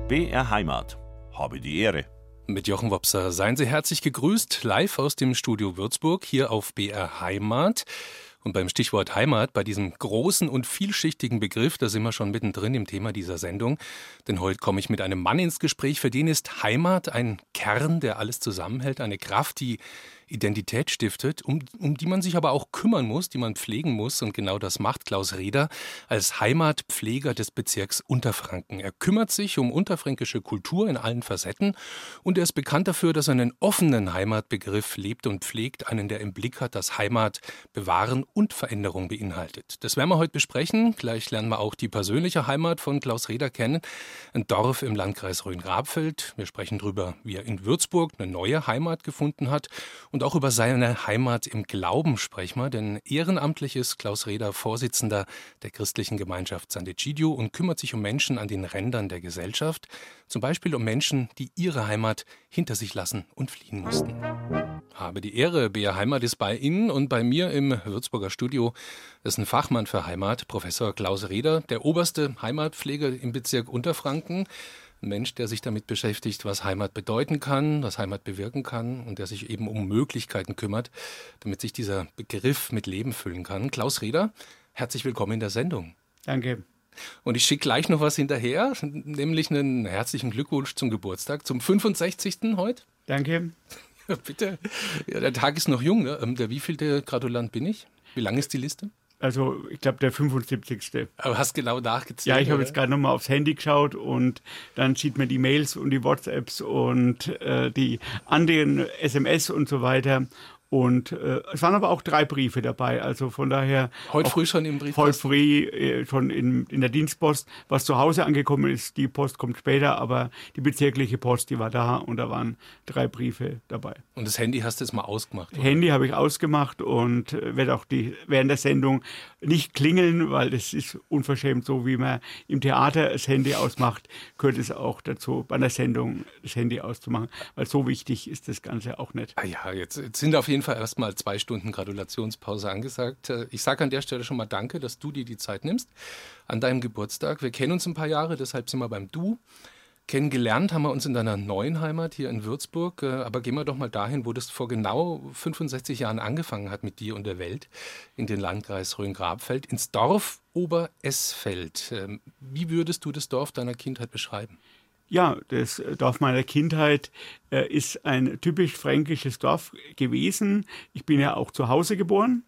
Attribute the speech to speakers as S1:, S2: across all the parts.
S1: BR Heimat. Habe die Ehre.
S2: Mit Jochen Wopser. Seien Sie herzlich gegrüßt, live aus dem Studio Würzburg, hier auf BR Heimat. Und beim Stichwort Heimat, bei diesem großen und vielschichtigen Begriff, da sind wir schon mittendrin im Thema dieser Sendung. Denn heute komme ich mit einem Mann ins Gespräch, für den ist Heimat ein Kern, der alles zusammenhält, eine Kraft, die Identität stiftet, um die man sich aber auch kümmern muss, die man pflegen muss. Und genau das macht Klaus Reder als Heimatpfleger des Bezirks Unterfranken. Er kümmert sich um unterfränkische Kultur in allen Facetten und er ist bekannt dafür, dass er einen offenen Heimatbegriff lebt und pflegt, einen, der im Blick hat, dass Heimat bewahren und Veränderung beinhaltet. Das werden wir heute besprechen. Gleich lernen wir auch die persönliche Heimat von Klaus Reder kennen. Ein Dorf im Landkreis Rhön-Grabfeld. Wir sprechen darüber, wie er in Würzburg eine neue Heimat gefunden hat. Und auch über seine Heimat im Glauben sprechen wir, denn ehrenamtlich ist Klaus Reder Vorsitzender der christlichen Gemeinschaft Sant'Egidio und kümmert sich um Menschen an den Rändern der Gesellschaft, zum Beispiel um Menschen, die ihre Heimat hinter sich lassen und fliehen mussten. Habe die Ehre, BR Heimat ist bei Ihnen und bei mir im Würzburger Studio ist ein Fachmann für Heimat, Professor Klaus Reder, der oberste Heimatpfleger im Bezirk Unterfranken. Ein Mensch, der sich damit beschäftigt, was Heimat bedeuten kann, was Heimat bewirken kann und der sich eben um Möglichkeiten kümmert, damit sich dieser Begriff mit Leben füllen kann. Klaus Reder, herzlich willkommen in der Sendung.
S3: Danke.
S2: Und ich schicke gleich noch was hinterher, nämlich einen herzlichen Glückwunsch zum Geburtstag, zum 65. heute.
S3: Danke.
S2: Ja, bitte. Ja, der Tag ist noch jung, ne? Der wievielte Gratulant bin ich? Wie lang ist die Liste?
S3: Also ich glaube der 75.
S2: Aber hast genau nachgezählt?
S3: Ja, ich habe jetzt gerade nochmal aufs Handy geschaut und dann sieht man die Mails und die WhatsApps und die anderen SMS und so weiter. Und es waren aber auch 3 Briefe dabei, also von daher...
S2: Heute früh schon im Brief?
S3: Heute früh schon in der Dienstpost. Was zu Hause angekommen ist, die Post kommt später, aber die bezirkliche Post, die war da und da waren 3 Briefe dabei.
S2: Und das Handy hast du jetzt mal ausgemacht? Oder?
S3: Handy habe ich ausgemacht und werde auch während der Sendung nicht klingeln, weil das ist unverschämt, so wie man im Theater das Handy ausmacht, gehört es auch dazu, bei einer Sendung das Handy auszumachen, weil so wichtig ist das Ganze auch nicht.
S2: Ah ja, jetzt sind auf jeden Fall erstmal 2 Stunden Gratulationspause angesagt. Ich sage an der Stelle schon mal danke, dass du dir die Zeit nimmst an deinem Geburtstag. Wir kennen uns ein paar Jahre, deshalb sind wir beim Du. Kennengelernt haben wir uns in deiner neuen Heimat hier in Würzburg. Aber gehen wir doch mal dahin, wo das vor genau 65 Jahren angefangen hat mit dir und der Welt, in den Landkreis Rhön-Grabfeld, ins Dorf Oberesfeld. Wie würdest du das Dorf deiner Kindheit beschreiben?
S3: Ja, das Dorf meiner Kindheit ist ein typisch fränkisches Dorf gewesen. Ich bin ja auch zu Hause geboren,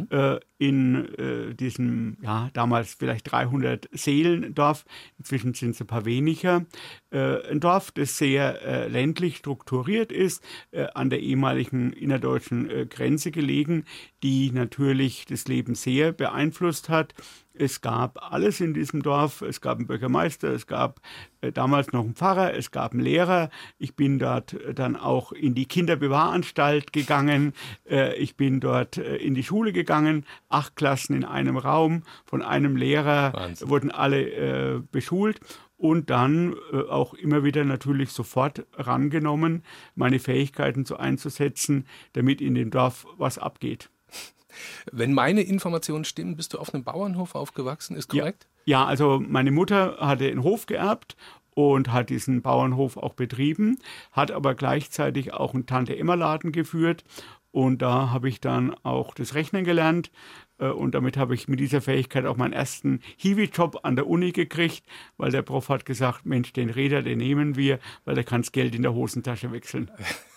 S3: in diesem, ja, damals vielleicht 300 Seelendorf. Inzwischen sind es ein paar weniger. Ein Dorf, das sehr ländlich strukturiert ist, an der ehemaligen innerdeutschen Grenze gelegen, die natürlich das Leben sehr beeinflusst hat. Es gab alles in diesem Dorf. Es gab einen Bürgermeister, es gab damals noch einen Pfarrer, es gab einen Lehrer. Ich bin dort dann auch in die Kinderbewahranstalt gegangen. Ich bin dort in die Schule gegangen. 8 Klassen in einem Raum. Von einem Lehrer
S2: Wahnsinn.
S3: Wurden alle beschult. Und dann auch immer wieder natürlich sofort rangenommen, meine Fähigkeiten so einzusetzen, damit in dem Dorf was abgeht.
S2: Wenn meine Informationen stimmen, bist du auf einem Bauernhof aufgewachsen, ist korrekt?
S3: Ja, also meine Mutter hatte einen Hof geerbt und hat diesen Bauernhof auch betrieben, hat aber gleichzeitig auch einen Tante-Emma-Laden geführt. Und da habe ich dann auch das Rechnen gelernt und damit habe ich mit dieser Fähigkeit auch meinen ersten Hiwi-Job an der Uni gekriegt, weil der Prof hat gesagt, Mensch, den Reder, den nehmen wir, weil der kann das Geld in der Hosentasche wechseln.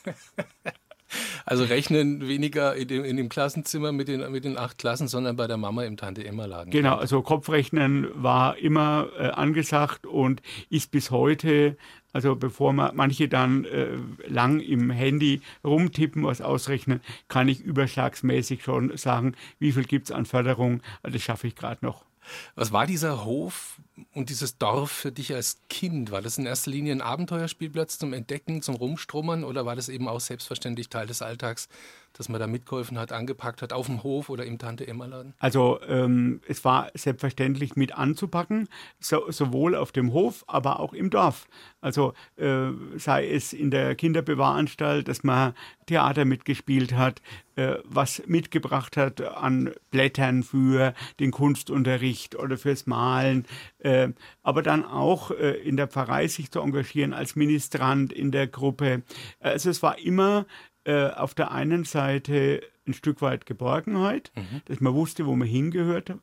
S2: Also rechnen weniger in dem Klassenzimmer mit den 8 Klassen, sondern bei der Mama im Tante-Emma-Laden.
S3: Genau, also Kopfrechnen war immer angesagt und ist bis heute, also bevor manche dann lang im Handy rumtippen, was ausrechnen, kann ich überschlagsmäßig schon sagen, wie viel gibt es an Förderung, das schaffe ich gerade noch.
S2: Was war dieser Hof und dieses Dorf für dich als Kind? War das in erster Linie ein Abenteuerspielplatz zum Entdecken, zum Rumstrummern oder war das eben auch selbstverständlich Teil des Alltags, dass man da mitgeholfen hat, angepackt hat, auf dem Hof oder im Tante-Emma-Laden?
S3: Also es war selbstverständlich mit anzupacken, sowohl auf dem Hof, aber auch im Dorf. Also sei es in der Kinderbewahranstalt, dass man Theater mitgespielt hat, was mitgebracht hat an Blättern für den Kunstunterricht oder fürs Malen, aber dann auch in der Pfarrei sich zu engagieren als Ministrant in der Gruppe. Also es war immer auf der einen Seite ein Stück weit Geborgenheit, dass man wusste, wo man hingehört,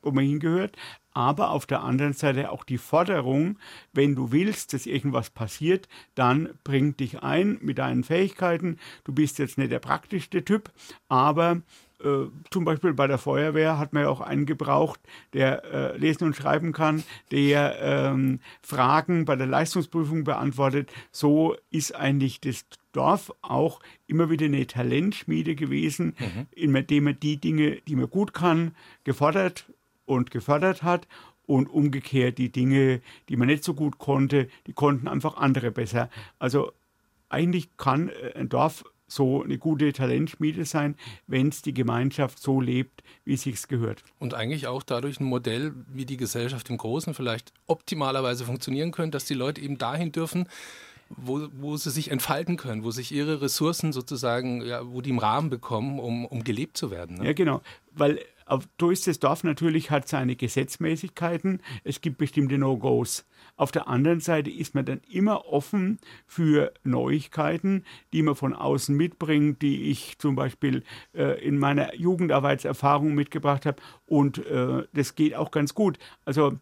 S3: aber auf der anderen Seite auch die Forderung, wenn du willst, dass irgendwas passiert, dann bring dich ein mit deinen Fähigkeiten. Du bist jetzt nicht der praktischste Typ, aber zum Beispiel bei der Feuerwehr hat man ja auch einen gebraucht, der lesen und schreiben kann, der Fragen bei der Leistungsprüfung beantwortet. So ist eigentlich das Dorf auch immer wieder eine Talentschmiede gewesen, in dem man die Dinge, die man gut kann, gefordert und gefördert hat. Und umgekehrt die Dinge, die man nicht so gut konnte, die konnten einfach andere besser. Also eigentlich kann ein Dorf so eine gute Talentschmiede sein, wenn es die Gemeinschaft so lebt, wie es sich gehört.
S2: Und eigentlich auch dadurch ein Modell, wie die Gesellschaft im Großen vielleicht optimalerweise funktionieren könnte, dass die Leute eben dahin dürfen, wo sie sich entfalten können, wo sich ihre Ressourcen sozusagen, ja, wo die einen Rahmen bekommen, um gelebt zu werden. Ne?
S3: Ja, genau, weil das Dorf natürlich hat seine Gesetzmäßigkeiten, es gibt bestimmte No-Gos. Auf der anderen Seite ist man dann immer offen für Neuigkeiten, die man von außen mitbringt, die ich zum Beispiel in meiner Jugendarbeitserfahrung mitgebracht habe. Und das geht auch ganz gut. Also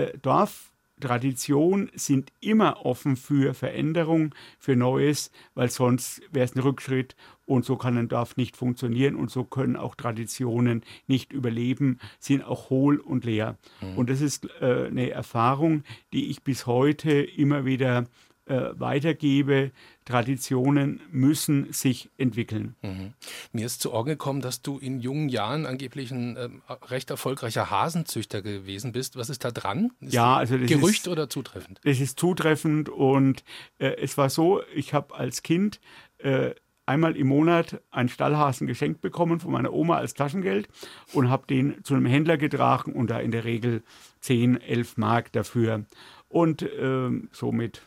S3: Dorftradition sind immer offen für Veränderung, für Neues, weil sonst wäre es ein Rückschritt. Und so kann ein Dorf nicht funktionieren und so können auch Traditionen nicht überleben, sind auch hohl und leer. Und das ist eine Erfahrung, die ich bis heute immer wieder weitergebe. Traditionen müssen sich entwickeln.
S2: Mir ist zu Ohren gekommen, dass du in jungen Jahren angeblich ein recht erfolgreicher Hasenzüchter gewesen bist. Was ist da dran? Ist
S3: also
S2: das Gerücht oder zutreffend?
S3: Das ist zutreffend und es war so, ich habe als Kind einmal im Monat einen Stallhasen geschenkt bekommen von meiner Oma als Taschengeld und habe den zu einem Händler getragen und da in der Regel 10, 11 Mark dafür. Und so mit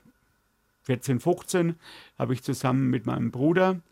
S3: 14, 15 habe ich zusammen mit meinem Bruder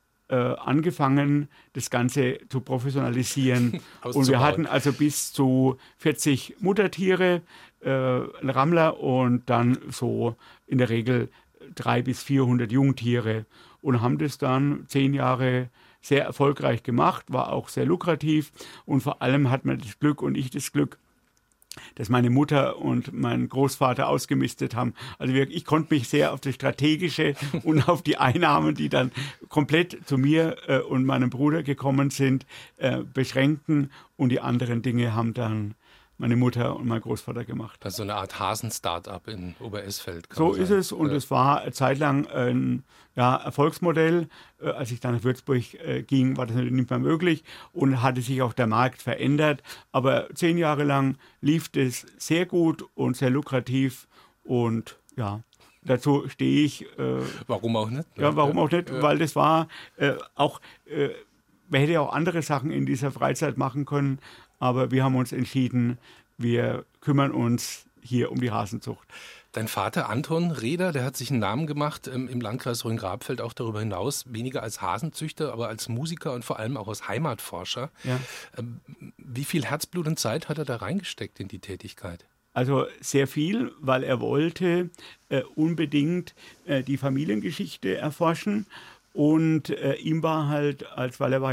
S3: angefangen, das Ganze zu professionalisieren. Und wir hatten also bis zu 40 Muttertiere, einen Rammler und dann so in der Regel 300 bis 400 Jungtiere und haben das dann 10 Jahre sehr erfolgreich gemacht, war auch sehr lukrativ und vor allem hat man das Glück und ich das Glück, dass meine Mutter und mein Großvater ausgemistet haben. Also ich konnte mich sehr auf das Strategische und auf die Einnahmen, die dann komplett zu mir und meinem Bruder gekommen sind, beschränken und die anderen Dinge haben dann meine Mutter und mein Großvater gemacht.
S2: Also eine Art Hasen-Startup in Oberesfeld.
S3: So ist es und es war eine Zeit lang ein Erfolgsmodell. Als ich dann nach Würzburg ging, war das natürlich nicht mehr möglich und hatte sich auch der Markt verändert. Aber 10 Jahre lang lief das sehr gut und sehr lukrativ und ja, dazu stehe ich.
S2: Warum auch nicht?
S3: Ja, warum auch nicht, weil das war auch, man hätte auch andere Sachen in dieser Freizeit machen können, aber wir haben uns entschieden, wir kümmern uns hier um die Hasenzucht.
S2: Dein Vater Anton Reder, der hat sich einen Namen gemacht im Landkreis Rhön-Grabfeld, auch darüber hinaus, weniger als Hasenzüchter, aber als Musiker und vor allem auch als Heimatforscher.
S3: Ja.
S2: Wie viel Herzblut und Zeit hat er da reingesteckt in die Tätigkeit?
S3: Also sehr viel, weil er wollte unbedingt die Familiengeschichte erforschen und ihm war halt, weil er war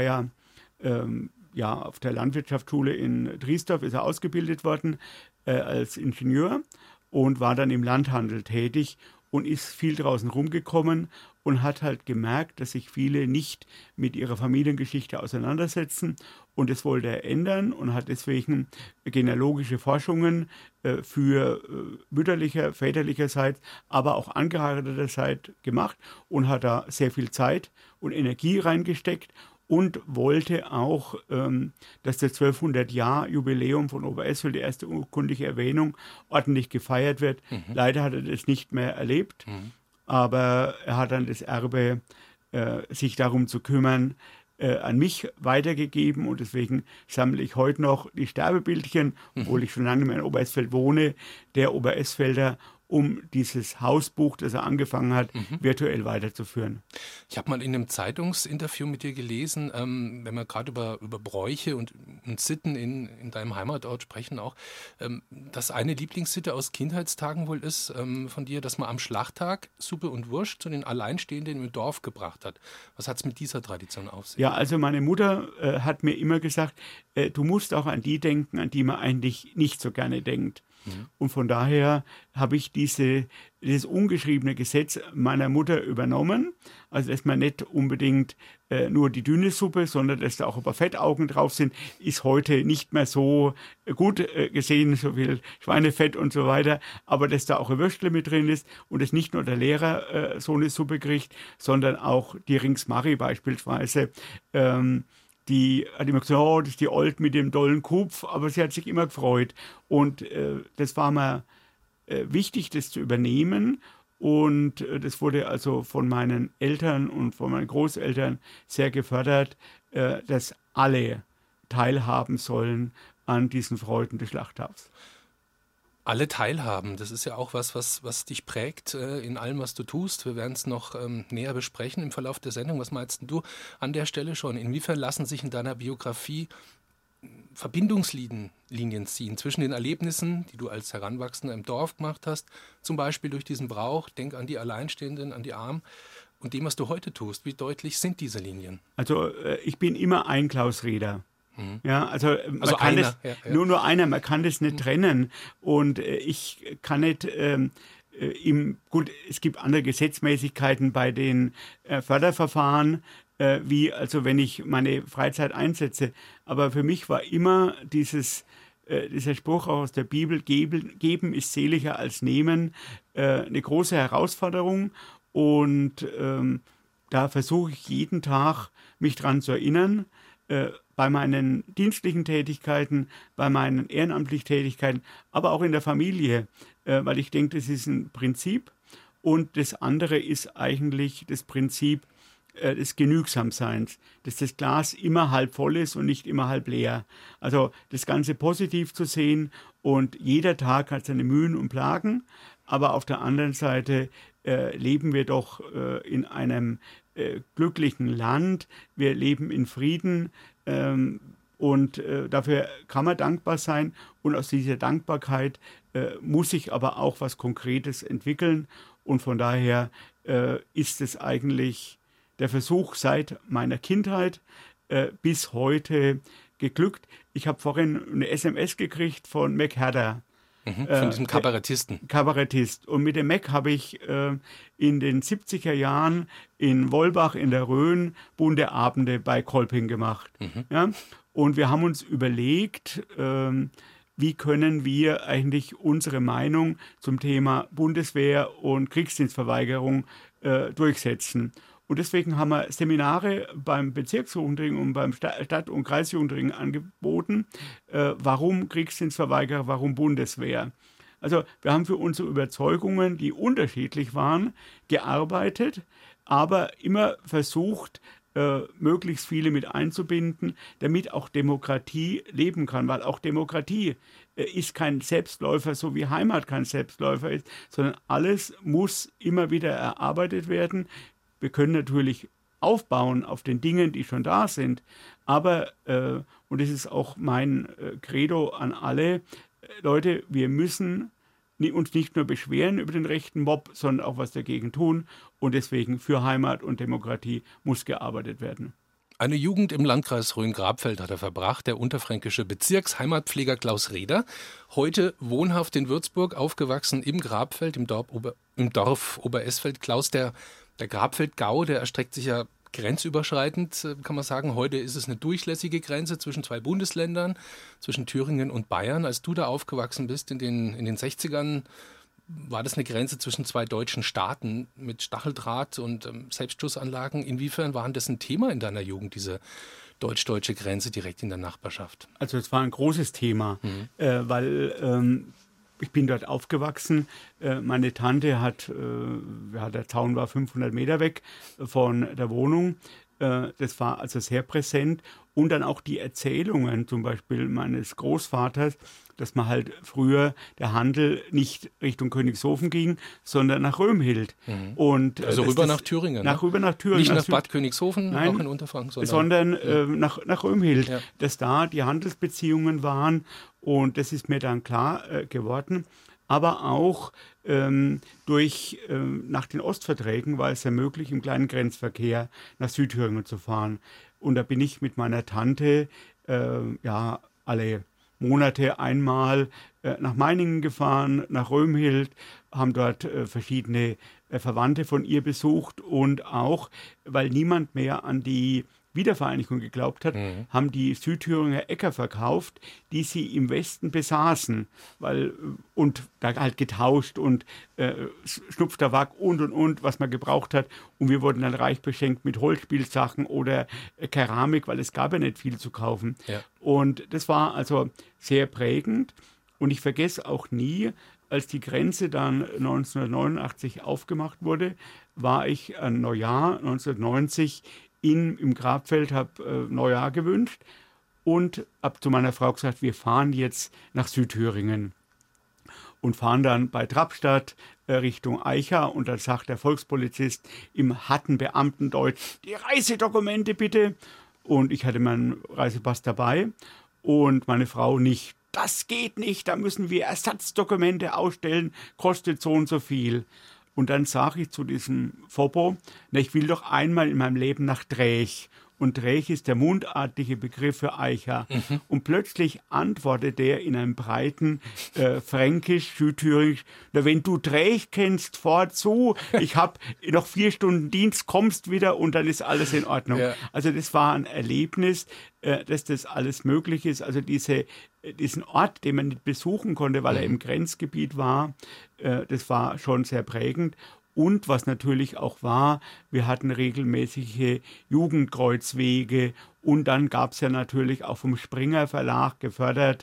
S3: ja auf der Landwirtschaftsschule in Driesdorf ist er ausgebildet worden als Ingenieur und war dann im Landhandel tätig und ist viel draußen rumgekommen und hat halt gemerkt, dass sich viele nicht mit ihrer Familiengeschichte auseinandersetzen und das wollte er ändern und hat deswegen genealogische Forschungen für mütterlicher, väterlicherseits, aber auch angeheirateterseits gemacht und hat da sehr viel Zeit und Energie reingesteckt und wollte auch, dass das 1200-Jahr-Jubiläum von Oberesfeld, die erste urkundliche Erwähnung, ordentlich gefeiert wird. Leider hat er das nicht mehr erlebt, aber er hat dann das Erbe, sich darum zu kümmern, an mich weitergegeben und deswegen sammle ich heute noch die Sterbebildchen, obwohl ich schon lange nicht mehr in Oberesfeld wohne, der Oberesfelder, um dieses Hausbuch, das er angefangen hat, virtuell weiterzuführen.
S2: Ich habe mal in einem Zeitungsinterview mit dir gelesen, wenn wir gerade über Bräuche und Sitten in deinem Heimatort sprechen auch, dass eine Lieblingssitte aus Kindheitstagen wohl ist von dir, dass man am Schlachttag Suppe und Wurst zu den Alleinstehenden im Dorf gebracht hat. Was hat es mit dieser Tradition auf sich?
S3: Ja, also meine Mutter hat mir immer gesagt, du musst auch an die denken, an die man eigentlich nicht so gerne denkt. Und von daher habe ich dieses ungeschriebene Gesetz meiner Mutter übernommen. Also, dass man nicht unbedingt nur die dünne Suppe, sondern dass da auch ein paar Fettaugen drauf sind, ist heute nicht mehr so gut gesehen, so viel Schweinefett und so weiter. Aber dass da auch ein Würstle mit drin ist und dass nicht nur der Lehrer so eine Suppe kriegt, sondern auch die Ringsmari beispielsweise. Die hat immer gesagt, oh, das ist die Old mit dem dollen Kopf, aber sie hat sich immer gefreut. Und das war mir wichtig, das zu übernehmen. Und das wurde also von meinen Eltern und von meinen Großeltern sehr gefördert, dass alle teilhaben sollen an diesen Freuden des Schlachttags.
S2: Alle teilhaben, das ist ja auch was dich prägt in allem, was du tust. Wir werden es noch näher besprechen im Verlauf der Sendung. Was meinst du an der Stelle schon? Inwiefern lassen sich in deiner Biografie Verbindungslinien ziehen zwischen den Erlebnissen, die du als Heranwachsender im Dorf gemacht hast, zum Beispiel durch diesen Brauch, denk an die Alleinstehenden, an die Armen, und dem, was du heute tust? Wie deutlich sind diese Linien?
S3: Also ich bin immer ein Klaus Rieder. Ja, also man kann
S2: einer,
S3: das,
S2: ja.
S3: nur einer, man kann das nicht trennen. Und ich kann nicht gut, es gibt andere Gesetzmäßigkeiten bei den Förderverfahren, wie also wenn ich meine Freizeit einsetze. Aber für mich war immer dieser Spruch auch aus der Bibel, geben ist seliger als nehmen, eine große Herausforderung. Und da versuche ich jeden Tag, mich dran zu erinnern, bei meinen dienstlichen Tätigkeiten, bei meinen ehrenamtlichen Tätigkeiten, aber auch in der Familie, weil ich denke, das ist ein Prinzip. Und das andere ist eigentlich das Prinzip des Genügsamseins, dass das Glas immer halb voll ist und nicht immer halb leer. Also das Ganze positiv zu sehen, und jeder Tag hat seine Mühen und Plagen, aber auf der anderen Seite leben wir doch in einem glücklichen Land, wir leben in Frieden, und dafür kann man dankbar sein, und aus dieser Dankbarkeit muss sich aber auch was Konkretes entwickeln, und von daher ist es eigentlich der Versuch seit meiner Kindheit bis heute geglückt. Ich habe vorhin eine SMS gekriegt von Mac Herder.
S2: Von diesem Kabarettisten.
S3: Kabarettist. Und mit dem Mac habe ich in den 70er Jahren in Wolbach in der Rhön bunte Abende bei Kolping gemacht. Ja? Und wir haben uns überlegt, wie können wir eigentlich unsere Meinung zum Thema Bundeswehr und Kriegsdienstverweigerung durchsetzen. Und deswegen haben wir Seminare beim Bezirksjugendring und beim Stadt- und Kreisjugendring angeboten. Warum Kriegsdienstverweigerer, warum Bundeswehr? Also wir haben für unsere Überzeugungen, die unterschiedlich waren, gearbeitet, aber immer versucht, möglichst viele mit einzubinden, damit auch Demokratie leben kann. Weil auch Demokratie ist kein Selbstläufer, so wie Heimat kein Selbstläufer ist, sondern alles muss immer wieder erarbeitet werden. Wir können natürlich aufbauen auf den Dingen, die schon da sind, aber, und das ist auch mein Credo an alle, Leute, wir müssen uns nicht nur beschweren über den rechten Mob, sondern auch was dagegen tun, und deswegen für Heimat und Demokratie muss gearbeitet werden.
S2: Eine Jugend im Landkreis Rhön-Grabfeld hat er verbracht, der unterfränkische Bezirksheimatpfleger Klaus Rieder. Heute wohnhaft in Würzburg, aufgewachsen im Grabfeld, im Dorf Oberesfeld. Klaus, der Grabfeld-Gau, der erstreckt sich ja grenzüberschreitend, kann man sagen. Heute ist es eine durchlässige Grenze zwischen zwei Bundesländern, zwischen Thüringen und Bayern. Als du da aufgewachsen bist in den 60ern, war das eine Grenze zwischen zwei deutschen Staaten mit Stacheldraht und Selbstschussanlagen. Inwiefern war das ein Thema in deiner Jugend, diese deutsch-deutsche Grenze direkt in der Nachbarschaft?
S3: Also es war ein großes Thema, weil ich bin dort aufgewachsen. Meine Tante der Zaun war 500 Meter weg von der Wohnung. Das war also sehr präsent. Und dann auch die Erzählungen, zum Beispiel meines Großvaters, dass man halt früher der Handel nicht Richtung Königshofen ging, sondern nach Römhild. Und,
S2: also rüber nach Thüringen.
S3: Rüber nach Thüringen.
S2: Nicht nach Bad Königshofen,
S3: nein,
S2: auch in Unterfranken,
S3: sondern nach Römhild, dass da die Handelsbeziehungen waren. Und das ist mir dann klar geworden. Aber auch nach den Ostverträgen war es ja möglich, im kleinen Grenzverkehr nach Südthüringen zu fahren. Und da bin ich mit meiner Tante alle Monate einmal nach Meiningen gefahren, nach Römhild, haben dort verschiedene Verwandte von ihr besucht und auch, weil niemand mehr an die Wiedervereinigung geglaubt hat, haben die Südthüringer Äcker verkauft, die sie im Westen besaßen, und da halt getauscht und Schnupftabak und, was man gebraucht hat. Und wir wurden dann reich beschenkt mit Holzspielsachen oder Keramik, weil es gab ja nicht viel zu kaufen. Ja. Und das war also sehr prägend. Und ich vergesse auch nie, als die Grenze dann 1989 aufgemacht wurde, war ich an Neujahr 1990 im Grabfeld, habe Neujahr gewünscht und habe zu meiner Frau gesagt, wir fahren jetzt nach Südthüringen und fahren dann bei Trappstadt Richtung Eicha und dann sagt der Volkspolizist im harten Beamtendeutsch, die Reisedokumente bitte. Und ich hatte meinen Reisepass dabei und meine Frau nicht. Das geht nicht, da müssen wir Ersatzdokumente ausstellen, kostet so und so viel. Und dann sage ich zu diesem Fopo, ich will doch einmal in meinem Leben nach Drech. Und Drech ist der mundartliche Begriff für Eicha. Und plötzlich antwortet der in einem breiten Fränkisch, Südthüringisch, wenn du Drech kennst, fahr zu, ich habe noch 4 Stunden Dienst, kommst wieder und dann ist alles in Ordnung. Ja. Also das war ein Erlebnis, dass das alles möglich ist. Also diesen Ort, den man nicht besuchen konnte, weil er im Grenzgebiet war, das war schon sehr prägend. Und was natürlich auch war, wir hatten regelmäßige Jugendkreuzwege und dann gab es ja natürlich auch vom Springer Verlag gefördert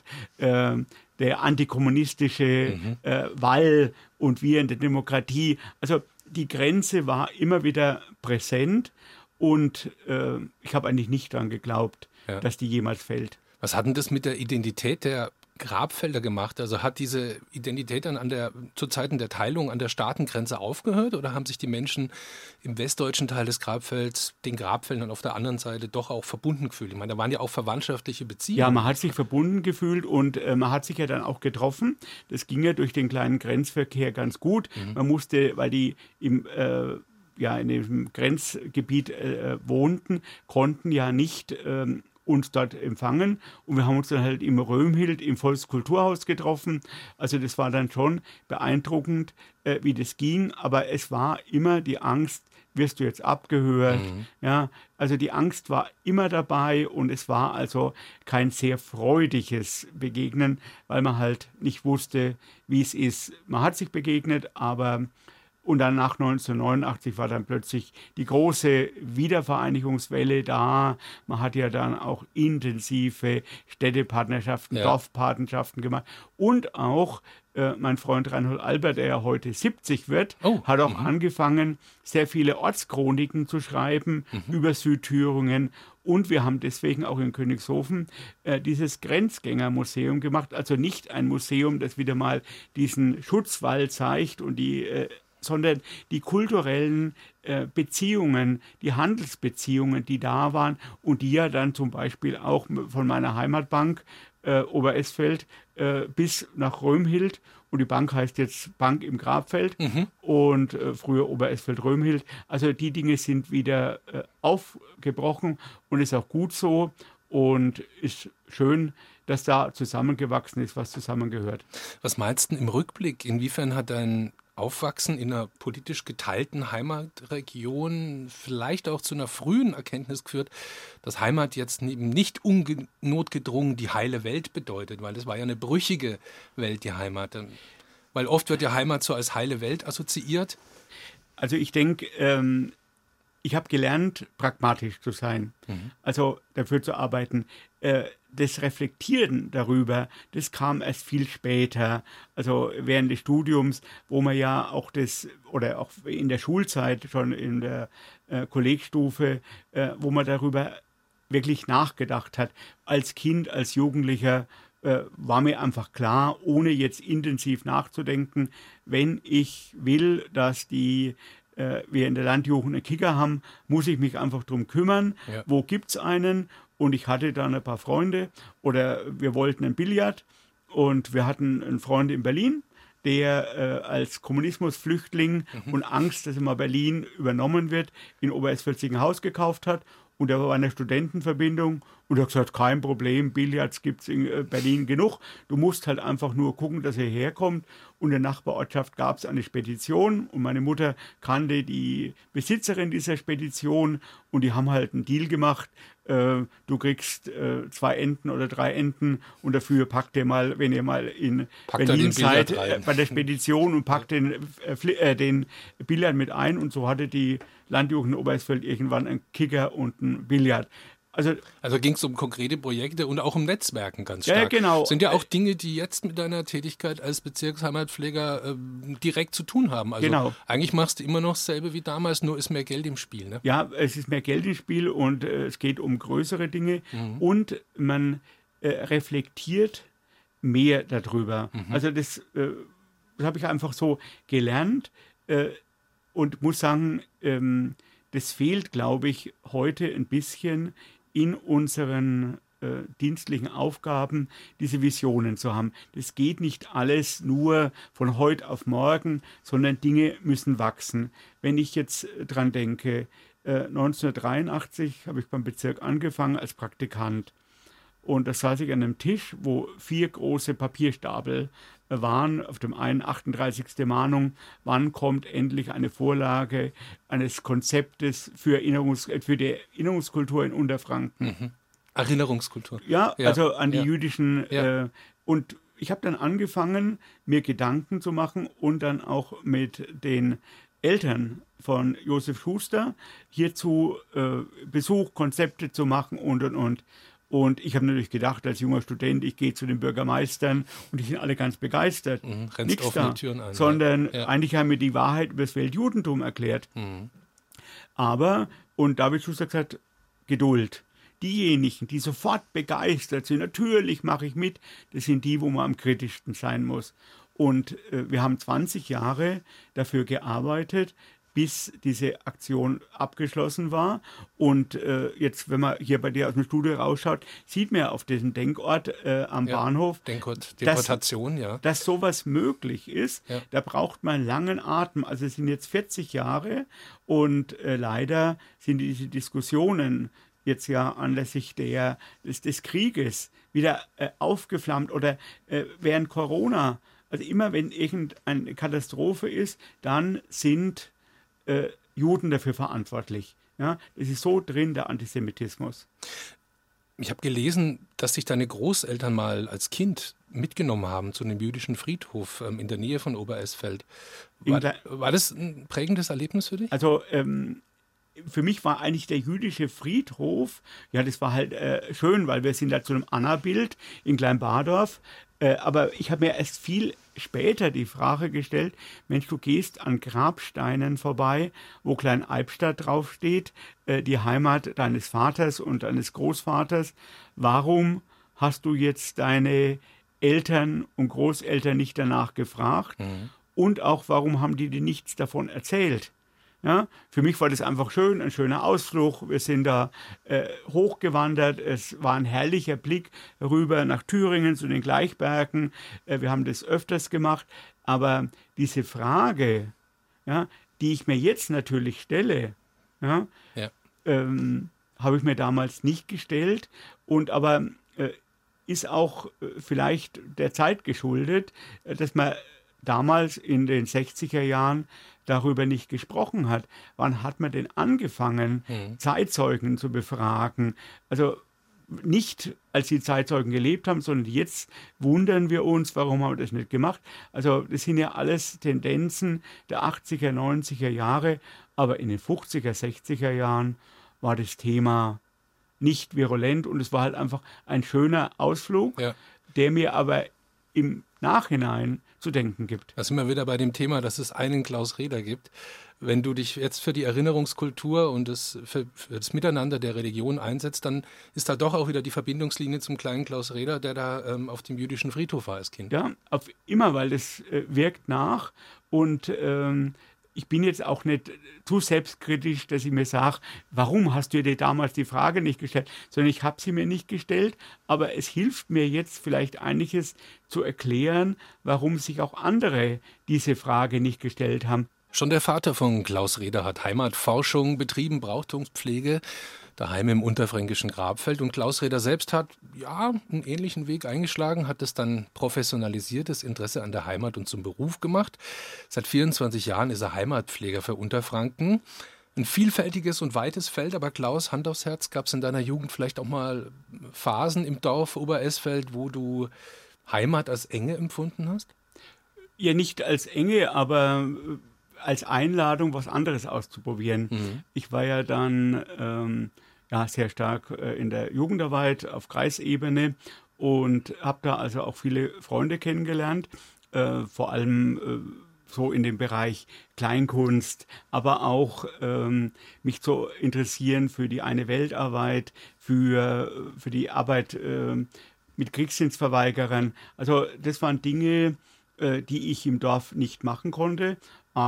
S3: der antikommunistische Wall und wir in der Demokratie. Also die Grenze war immer wieder präsent und ich habe eigentlich nicht daran geglaubt, dass die jemals fällt.
S2: Was hat denn das mit der Identität der Grabfelder gemacht? Also hat diese Identität dann zu Zeiten der Teilung an der Staatengrenze aufgehört oder haben sich die Menschen im westdeutschen Teil des Grabfelds den Grabfeldern auf der anderen Seite doch auch verbunden gefühlt? Ich meine, da waren ja auch verwandtschaftliche Beziehungen.
S3: Ja, man hat sich verbunden gefühlt und man hat sich ja dann auch getroffen. Das ging ja durch den kleinen Grenzverkehr ganz gut. Man musste, weil die in dem Grenzgebiet wohnten, konnten ja nicht uns dort empfangen und wir haben uns dann halt im Römhild im Volkskulturhaus getroffen. Also das war dann schon beeindruckend, wie das ging, aber es war immer die Angst, wirst du jetzt abgehört? Ja, also die Angst war immer dabei und es war also kein sehr freudiges Begegnen, weil man halt nicht wusste, wie es ist. Man hat sich begegnet, aber und dann nach 1989 war dann plötzlich die große Wiedervereinigungswelle da. Man hat ja dann auch intensive Städtepartnerschaften, Dorfpatenschaften gemacht. Und auch mein Freund Reinhold Albert, der ja heute 70 wird, hat auch angefangen, sehr viele Ortschroniken zu schreiben über Südthüringen. Und wir haben deswegen auch in Königshofen dieses Grenzgängermuseum gemacht. Also nicht ein Museum, das wieder mal diesen Schutzwall zeigt und sondern die kulturellen Beziehungen, die Handelsbeziehungen, die da waren und die ja dann zum Beispiel auch von meiner Heimatbank Oberestfeld bis nach Römhild und die Bank heißt jetzt Bank im Grabfeld und früher Oberestfeld-Römhild. Also die Dinge sind wieder aufgebrochen und ist auch gut so und ist schön, dass da zusammengewachsen ist, was zusammengehört.
S2: Was meinst du im Rückblick? Inwiefern hat dein Aufwachsen in einer politisch geteilten Heimatregion vielleicht auch zu einer frühen Erkenntnis geführt, dass Heimat jetzt eben nicht notgedrungen die heile Welt bedeutet, weil das war ja eine brüchige Welt, die Heimat. Weil oft wird ja Heimat so als heile Welt assoziiert.
S3: Also ich denke, ich habe gelernt, pragmatisch zu sein, also dafür zu arbeiten. Das Reflektieren darüber, das kam erst viel später, also während des Studiums, wo man ja auch oder auch in der Schulzeit, schon in der Kollegstufe, wo man darüber wirklich nachgedacht hat. Als Kind, als Jugendlicher war mir einfach klar, ohne jetzt intensiv nachzudenken, wenn ich will, dass wir in der Landjugend einen Kicker haben, muss ich mich einfach darum kümmern, wo gibt es einen? Und ich hatte dann ein paar Freunde oder wir wollten ein Billard und wir hatten einen Freund in Berlin, der als Kommunismusflüchtling und Angst, dass immer Berlin übernommen wird, in Oberestfälzing ein Haus gekauft hat. Und er war bei einer Studentenverbindung und er hat gesagt, kein Problem, Billards gibt es in Berlin genug. Du musst halt einfach nur gucken, dass er herkommt. Und in der Nachbarortschaft gab es eine Spedition und meine Mutter kannte die Besitzerin dieser Spedition und die haben halt einen Deal gemacht. Du kriegst 2 Enten oder 3 Enten und dafür packt ihr mal, wenn ihr mal in Berlin seid, bei der Spedition und packt den Billard mit ein. Und so hatte die Landjugend in Oberestfeld irgendwann einen Kicker und einen Billard.
S2: Also ging es um konkrete Projekte und auch um Netzwerken ganz stark.
S3: Ja, genau.
S2: Sind ja auch Dinge, die jetzt mit deiner Tätigkeit als Bezirksheimatpfleger direkt zu tun haben. Also
S3: genau.
S2: Eigentlich machst du immer noch dasselbe wie damals, nur ist mehr Geld im Spiel. Ne?
S3: Ja, es ist mehr Geld im Spiel und es geht um größere Dinge und man reflektiert mehr darüber. Also das habe ich einfach so gelernt und muss sagen, das fehlt, glaube ich, heute ein bisschen in unseren dienstlichen Aufgaben, diese Visionen zu haben. Das geht nicht alles nur von heute auf morgen, sondern Dinge müssen wachsen. Wenn ich jetzt dran denke, 1983 habe ich beim Bezirk angefangen als Praktikant. Und da saß ich an einem Tisch, wo 4 große Papierstapel waren. Auf dem einen 38. Mahnung, wann kommt endlich eine Vorlage eines Konzeptes für die Erinnerungskultur in Unterfranken.
S2: Erinnerungskultur.
S3: Ja, also an die jüdischen.
S2: Ja.
S3: Und ich habe dann angefangen, mir Gedanken zu machen und dann auch mit den Eltern von Josef Schuster hierzu Besuch, Konzepte zu machen und. Und ich habe natürlich gedacht, als junger Student, ich gehe zu den Bürgermeistern und die sind alle ganz begeistert.
S2: Rennst offene Türen ein.
S3: Sondern eigentlich haben wir die Wahrheit über das Weltjudentum erklärt. Aber, und David Schuster gesagt, Geduld. Diejenigen, die sofort begeistert sind, natürlich mache ich mit, das sind die, wo man am kritischsten sein muss. Und wir haben 20 Jahre dafür gearbeitet, bis diese Aktion abgeschlossen war. Und jetzt, wenn man hier bei dir aus dem Studio rausschaut, sieht man ja auf diesem Denkort am Bahnhof,
S2: Deportation,
S3: dass sowas möglich ist. Ja. Da braucht man langen Atem. Also es sind jetzt 40 Jahre und leider sind diese Diskussionen jetzt ja anlässlich des Krieges wieder aufgeflammt oder während Corona. Also immer wenn irgendeine Katastrophe ist, dann sind Juden dafür verantwortlich. Ja, es ist so drin, der Antisemitismus.
S2: Ich habe gelesen, dass sich deine Großeltern mal als Kind mitgenommen haben zu einem jüdischen Friedhof in der Nähe von Oberestfeld. War das ein prägendes Erlebnis für dich?
S3: Also für mich war eigentlich der jüdische Friedhof, ja, das war halt schön, weil wir sind da zu einem Anna-Bild in Kleinbadorf. Aber ich habe mir erst viel später die Frage gestellt, Mensch, du gehst an Grabsteinen vorbei, wo Klein-Albstadt draufsteht, die Heimat deines Vaters und deines Großvaters. Warum hast du jetzt deine Eltern und Großeltern nicht danach gefragt? Und auch, warum haben die dir nichts davon erzählt? Ja, für mich war das einfach schön, ein schöner Ausflug. Wir sind da hochgewandert. Es war ein herrlicher Blick rüber nach Thüringen zu den Gleichbergen. Wir haben das öfters gemacht. Aber diese Frage, ja, die ich mir jetzt natürlich stelle, habe ich mir damals nicht gestellt. Aber ist auch vielleicht der Zeit geschuldet, dass man damals in den 60er Jahren darüber nicht gesprochen hat. Wann hat man denn angefangen, Zeitzeugen zu befragen? Also nicht als die Zeitzeugen gelebt haben, sondern jetzt wundern wir uns, warum haben wir das nicht gemacht. Also das sind ja alles Tendenzen der 80er, 90er Jahre, aber in den 50er, 60er Jahren war das Thema nicht virulent und es war halt einfach ein schöner Ausflug, der mir aber im Nachhinein zu denken gibt.
S2: Da sind wir wieder bei dem Thema, dass es einen Klaus Raeder gibt. Wenn du dich jetzt für die Erinnerungskultur und für das Miteinander der Religion einsetzt, dann ist da doch auch wieder die Verbindungslinie zum kleinen Klaus Raeder, der da auf dem jüdischen Friedhof war als Kind.
S3: Ja, auf immer, weil das wirkt nach und ich bin jetzt auch nicht zu selbstkritisch, dass ich mir sage, warum hast du dir damals die Frage nicht gestellt, sondern ich habe sie mir nicht gestellt, aber es hilft mir jetzt vielleicht einiges zu erklären, warum sich auch andere diese Frage nicht gestellt haben.
S2: Schon der Vater von Klaus Raeder hat Heimatforschung betrieben, Brauchtumspflege, daheim im unterfränkischen Grabfeld. Und Klaus Raeder selbst hat einen ähnlichen Weg eingeschlagen, hat es dann professionalisiert, das Interesse an der Heimat und zum Beruf gemacht. Seit 24 Jahren ist er Heimatpfleger für Unterfranken. Ein vielfältiges und weites Feld, aber Klaus, Hand aufs Herz, gab es in deiner Jugend vielleicht auch mal Phasen im Dorf Oberesfeld, wo du Heimat als Enge empfunden hast?
S3: Ja, nicht als Enge, aber als Einladung, was anderes auszuprobieren. Ich war ja dann sehr stark in der Jugendarbeit auf Kreisebene und habe da also auch viele Freunde kennengelernt, vor allem so in dem Bereich Kleinkunst, aber auch mich zu interessieren für die eine Weltarbeit, für die Arbeit mit Kriegsdienstverweigerern. Also das waren Dinge, die ich im Dorf nicht machen konnte,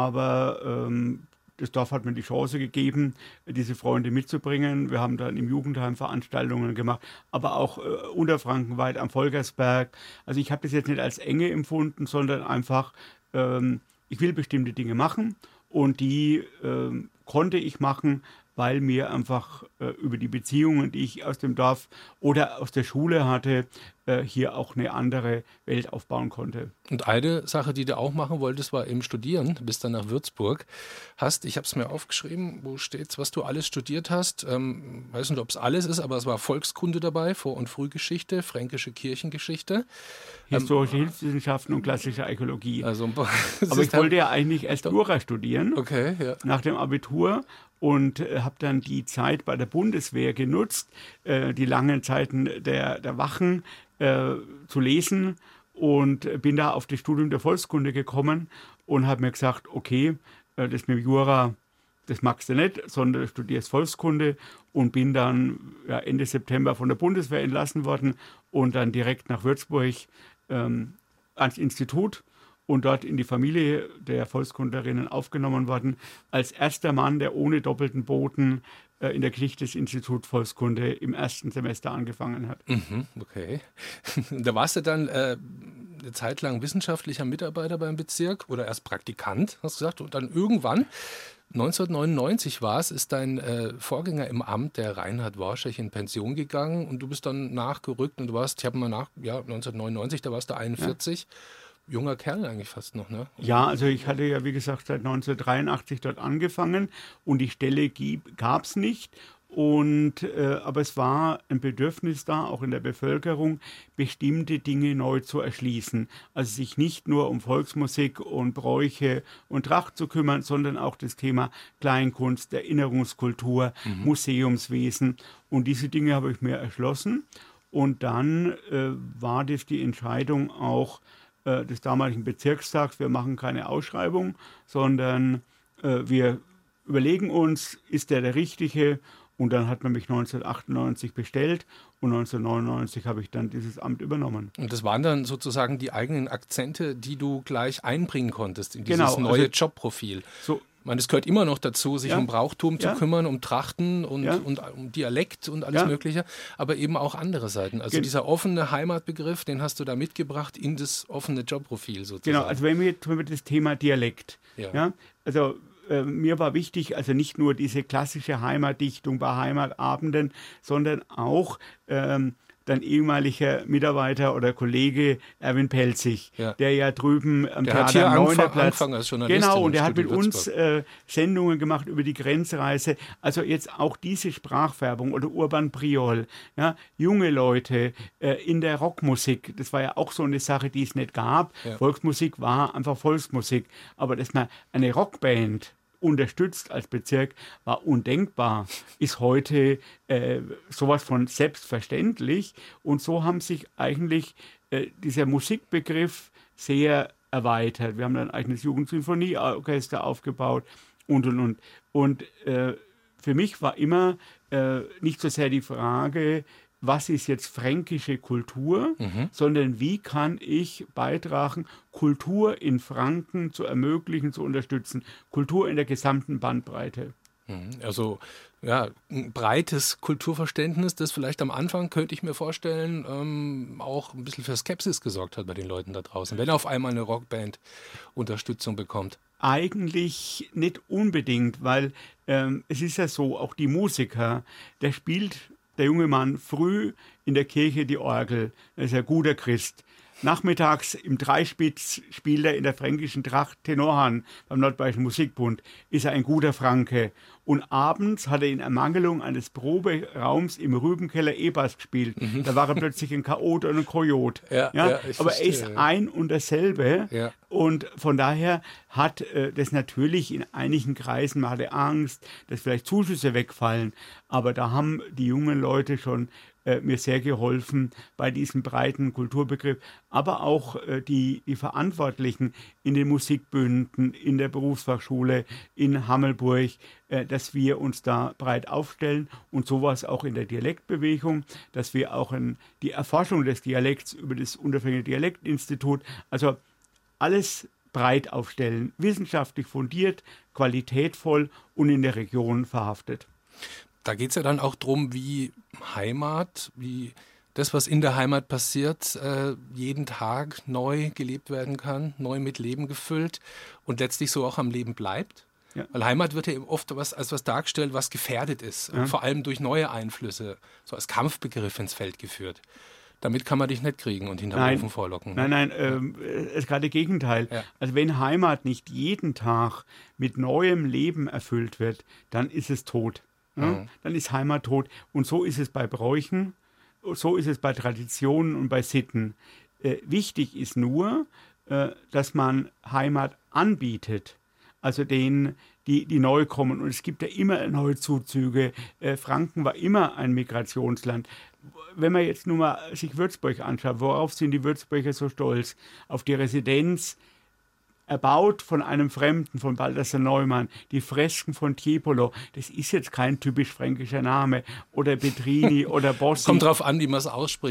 S3: aber das Dorf hat mir die Chance gegeben, diese Freunde mitzubringen. Wir haben dann im Jugendheim Veranstaltungen gemacht, aber auch unterfrankenweit am Volkersberg. Also ich habe das jetzt nicht als Enge empfunden, sondern einfach, ich will bestimmte Dinge machen und die konnte ich machen, weil mir einfach über die Beziehungen, die ich aus dem Dorf oder aus der Schule hatte, hier auch eine andere Welt aufbauen konnte.
S2: Und eine Sache, die du auch machen wolltest, war eben studieren. Du bist dann nach Würzburg. Ich habe es mir aufgeschrieben, wo steht's, was du alles studiert hast. Weiß nicht, ob es alles ist, aber es war Volkskunde dabei, Vor- und Frühgeschichte, fränkische Kirchengeschichte.
S3: Historische Hilfswissenschaften und klassische Archäologie.
S2: Also,
S3: aber ich wollte ja eigentlich erst Jura studieren, nach dem Abitur. Und habe dann die Zeit bei der Bundeswehr genutzt, die langen Zeiten der Wachen zu lesen und bin da auf das Studium der Volkskunde gekommen und habe mir gesagt, okay, das mit Jura, das magst du nicht, sondern du studierst Volkskunde und bin dann Ende September von der Bundeswehr entlassen worden und dann direkt nach Würzburg ans Institut und dort in die Familie der Volkskundlerinnen aufgenommen worden, als erster Mann, der ohne doppelten Boden in der Geschichte des Instituts Volkskunde im ersten Semester angefangen hat.
S2: Okay. Da warst du dann eine Zeit lang wissenschaftlicher Mitarbeiter beim Bezirk oder erst Praktikant, hast du gesagt, und dann irgendwann, 1999 ist dein Vorgänger im Amt, der Reinhard Worschech, in Pension gegangen und du bist dann nachgerückt und du warst, 1999, da warst du 41. Ja. Junger Kerl eigentlich fast noch, ne?
S3: Ja, also ich hatte ja, wie gesagt, seit 1983 dort angefangen und die Stelle gab es nicht. Aber es war ein Bedürfnis da, auch in der Bevölkerung, bestimmte Dinge neu zu erschließen. Also sich nicht nur um Volksmusik und Bräuche und Tracht zu kümmern, sondern auch das Thema Kleinkunst, Erinnerungskultur, Museumswesen. Und diese Dinge habe ich mir erschlossen. Und dann war das die Entscheidung auch des damaligen Bezirkstags, wir machen keine Ausschreibung, sondern wir überlegen uns, ist der Richtige? Und dann hat man mich 1998 bestellt und 1999 habe ich dann dieses Amt übernommen.
S2: Und das waren dann sozusagen die eigenen Akzente, die du gleich einbringen konntest in dieses neue Jobprofil.
S3: So.
S2: Ich meine, es gehört immer noch dazu, sich um Brauchtum zu kümmern, um Trachten und um Dialekt und alles Mögliche, aber eben auch andere Seiten. Also dieser offene Heimatbegriff, den hast du da mitgebracht in das offene Jobprofil sozusagen.
S3: Genau, also wenn wir das Thema Dialekt, mir war wichtig, also nicht nur diese klassische Heimatdichtung bei Heimatabenden, sondern auch dein ehemaliger Mitarbeiter oder Kollege Erwin Pelzig, der ja drüben am Theater am Neunerplatz
S2: als Journalist.
S3: Genau, und der hat mit uns Sendungen gemacht über die Grenzreise. Also jetzt auch diese Sprachfärbung oder Urban Priol, ja, junge Leute in der Rockmusik, das war ja auch so eine Sache, die es nicht gab. Ja. Volksmusik war einfach Volksmusik, aber dass man eine Rockband unterstützt als Bezirk, war undenkbar, ist heute sowas von selbstverständlich. Und so haben sich eigentlich dieser Musikbegriff sehr erweitert. Wir haben dann ein eigenes Jugendsinfonieorchester aufgebaut und. Und für mich war immer nicht so sehr die Frage, was ist jetzt fränkische Kultur, sondern wie kann ich beitragen, Kultur in Franken zu ermöglichen, zu unterstützen. Kultur in der gesamten Bandbreite.
S2: Also ja, ein breites Kulturverständnis, das vielleicht am Anfang, könnte ich mir vorstellen, auch ein bisschen für Skepsis gesorgt hat bei den Leuten da draußen, wenn auf einmal eine Rockband Unterstützung bekommt.
S3: Eigentlich nicht unbedingt, weil es ist ja so, auch die Musiker, der junge Mann früh in der Kirche die Orgel, er ist ein guter Christ. Nachmittags im Dreispitz spielt er in der fränkischen Tracht Tenorhahn beim Nordbayerischen Musikbund, ist er ein guter Franke. Und abends hat er in Ermangelung eines Proberaums im Rübenkeller E-Bass gespielt. Da war er plötzlich ein Chaot oder ein Kojote. Aber er ist ein und dasselbe. Ja. Und von daher hat das natürlich in einigen Kreisen, man hatte Angst, dass vielleicht Zuschüsse wegfallen. Aber da haben die jungen Leute schon mir sehr geholfen bei diesem breiten Kulturbegriff, aber auch die Verantwortlichen in den Musikbünden, in der Berufsfachschule, in Hammelburg, dass wir uns da breit aufstellen und sowas auch in der Dialektbewegung, dass wir auch die Erforschung des Dialekts über das Unterfränkische Dialektinstitut, also alles breit aufstellen, wissenschaftlich fundiert, qualitätvoll und in der Region verhaftet.
S2: Da geht es ja dann auch darum, wie Heimat, wie das, was in der Heimat passiert, jeden Tag neu gelebt werden kann, neu mit Leben gefüllt und letztlich so auch am Leben bleibt. Ja. Weil Heimat wird ja eben oft als was dargestellt, was gefährdet ist, vor allem durch neue Einflüsse, so als Kampfbegriff ins Feld geführt. Damit kann man dich nicht kriegen und hinterm Ofen vorlocken.
S3: Nein, es ist gerade das Gegenteil. Ja. Also wenn Heimat nicht jeden Tag mit neuem Leben erfüllt wird, dann ist es tot. Dann ist Heimat tot. Und so ist es bei Bräuchen, so ist es bei Traditionen und bei Sitten. Wichtig ist nur, dass man Heimat anbietet. Also denen, die neu kommen. Und es gibt ja immer neue Zuzüge. Franken war immer ein Migrationsland. Wenn man jetzt nur mal sich Würzburg anschaut, worauf sind die Würzburger so stolz? Auf die Residenz, erbaut von einem Fremden, von Balthasar Neumann, die Fresken von Tiepolo. Das ist jetzt kein typisch fränkischer Name. Oder Petrini oder Bossi.
S2: Kommt drauf an, wie man es ausspricht.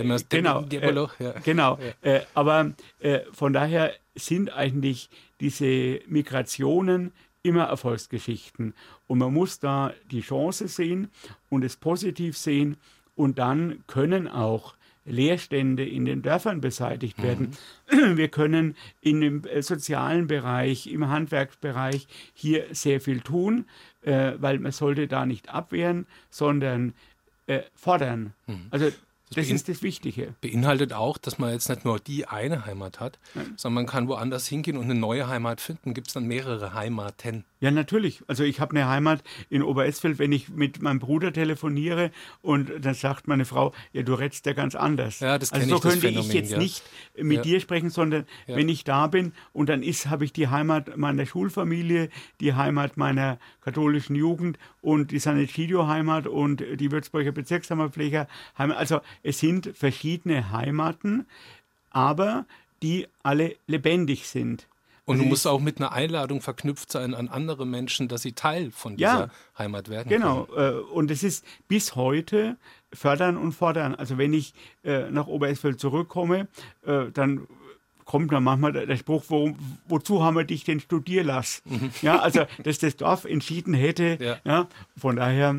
S3: Genau. Aber von daher sind eigentlich diese Migrationen immer Erfolgsgeschichten. Und man muss da die Chance sehen und es positiv sehen. Und dann können auch Leerstände in den Dörfern beseitigt werden. Wir können in dem sozialen Bereich, im Handwerksbereich hier sehr viel tun, weil man sollte da nicht abwehren, sondern fordern. Also das ist das Wichtige.
S2: Beinhaltet auch, dass man jetzt nicht nur die eine Heimat hat, sondern man kann woanders hingehen und eine neue Heimat finden. Gibt es dann mehrere Heimaten?
S3: Ja, natürlich. Also ich habe eine Heimat in Oberestfeld, wenn ich mit meinem Bruder telefoniere und dann sagt meine Frau, ja, du redest ja ganz anders.
S2: Ja, das
S3: also so könnte ich jetzt nicht mit dir sprechen, sondern wenn ich da bin und dann habe ich die Heimat meiner Schulfamilie, die Heimat meiner katholischen Jugend und die San Egidio-Heimat und die Würzburger Bezirksheimatpfleger-Heimat. Also es sind verschiedene Heimaten, aber die alle lebendig sind.
S2: Und du musst auch mit einer Einladung verknüpft sein an andere Menschen, dass sie Teil von dieser Heimat werden können.
S3: Genau. Und es ist bis heute fördern und fordern. Also wenn ich nach Oberestfeld zurückkomme, dann kommt dann manchmal der Spruch, wozu haben wir dich denn studieren lassen? Ja, also dass das Dorf entschieden hätte. Ja, von daher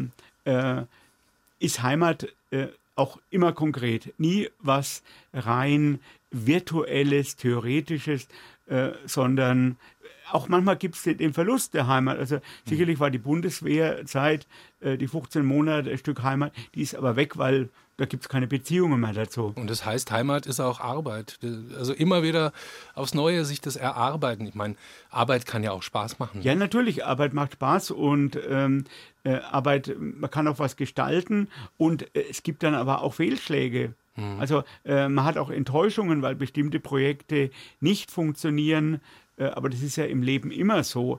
S3: ist Heimat auch immer konkret. Nie was rein Virtuelles, Theoretisches, sondern auch manchmal gibt es den Verlust der Heimat. Also sicherlich war die Bundeswehrzeit, die 15 Monate, ein Stück Heimat, die ist aber weg, weil da gibt es keine Beziehungen mehr dazu.
S2: Und das heißt, Heimat ist auch Arbeit. Also immer wieder aufs Neue sich das erarbeiten. Ich meine, Arbeit kann ja auch Spaß machen.
S3: Ja, natürlich, Arbeit macht Spaß und Arbeit, man kann auch was gestalten und es gibt dann aber auch Fehlschläge. Also man hat auch Enttäuschungen, weil bestimmte Projekte nicht funktionieren, aber das ist ja im Leben immer so.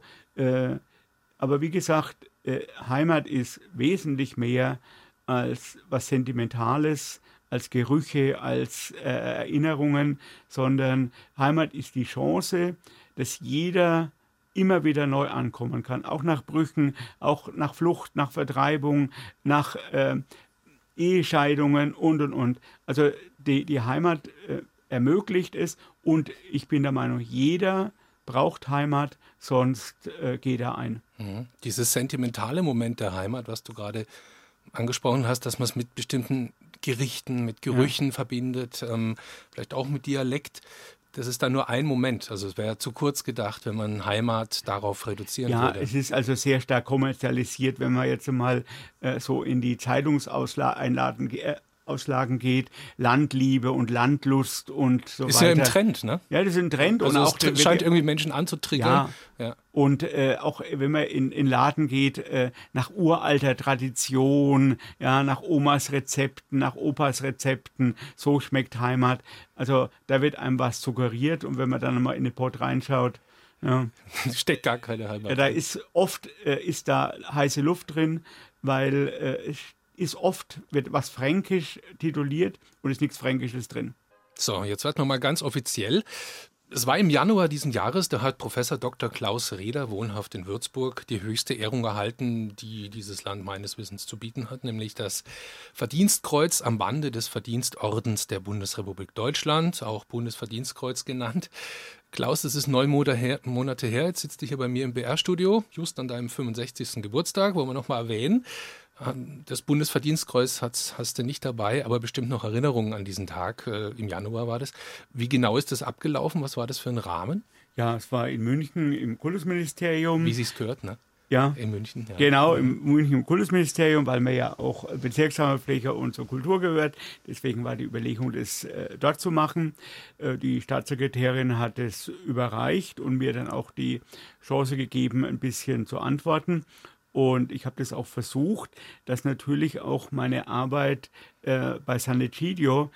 S3: Aber wie gesagt, Heimat ist wesentlich mehr als was Sentimentales, als Gerüche, als Erinnerungen, sondern Heimat ist die Chance, dass jeder immer wieder neu ankommen kann, auch nach Brüchen, auch nach Flucht, nach Vertreibung, nach Ehescheidungen und. Also die Heimat ermöglicht es und ich bin der Meinung, jeder braucht Heimat, sonst geht er ein.
S2: Dieses sentimentale Moment der Heimat, was du gerade angesprochen hast, dass man es mit bestimmten Gerichten, mit Gerüchen verbindet, vielleicht auch mit Dialekt. Das ist dann nur ein Moment. Also es wäre zu kurz gedacht, wenn man Heimat darauf reduzieren würde.
S3: Ja, es ist also sehr stark kommerzialisiert, wenn man jetzt mal so in die Zeitungsauslagen geht, Landliebe und Landlust und so
S2: ist
S3: weiter.
S2: Ist ja im Trend, ne?
S3: Ja, das ist ein Trend.
S2: Also
S3: und auch
S2: es scheint irgendwie Menschen anzutriggern.
S3: Ja. Und auch wenn man in Laden geht, nach uralter Tradition, ja, nach Omas Rezepten, nach Opas Rezepten, so schmeckt Heimat. Also da wird einem was suggeriert und wenn man dann mal in den Pott reinschaut, ja,
S2: steckt gar keine Heimat.
S3: Ja, da ist oft ist da heiße Luft drin, weil wird was Fränkisch tituliert und ist nichts Fränkisches drin.
S2: So, jetzt werden wir mal ganz offiziell. Es war im Januar diesen Jahres, da hat Professor Dr. Klaus Reder, wohnhaft in Würzburg, die höchste Ehrung erhalten, die dieses Land meines Wissens zu bieten hat, nämlich das Verdienstkreuz am Bande des Verdienstordens der Bundesrepublik Deutschland, auch Bundesverdienstkreuz genannt. Klaus, es ist 9 Monate her, jetzt sitzt du hier bei mir im BR-Studio, just an deinem 65. Geburtstag, wollen wir nochmal erwähnen. Das Bundesverdienstkreuz hast du nicht dabei, aber bestimmt noch Erinnerungen an diesen Tag. Im Januar war das. Wie genau ist das abgelaufen? Was war das für ein Rahmen?
S3: Ja, es war in München im Kultusministerium.
S2: Wie sich's gehört, ne?
S3: Ja,
S2: in München. Ja.
S3: Genau, in München im Kultusministerium, weil man ja auch Bezirkssammelfläche und zur Kultur gehört. Deswegen war die Überlegung, das dort zu machen. Die Staatssekretärin hat es überreicht und mir dann auch die Chance gegeben, ein bisschen zu antworten. Und ich habe das auch versucht, dass natürlich auch meine Arbeit bei San Egidio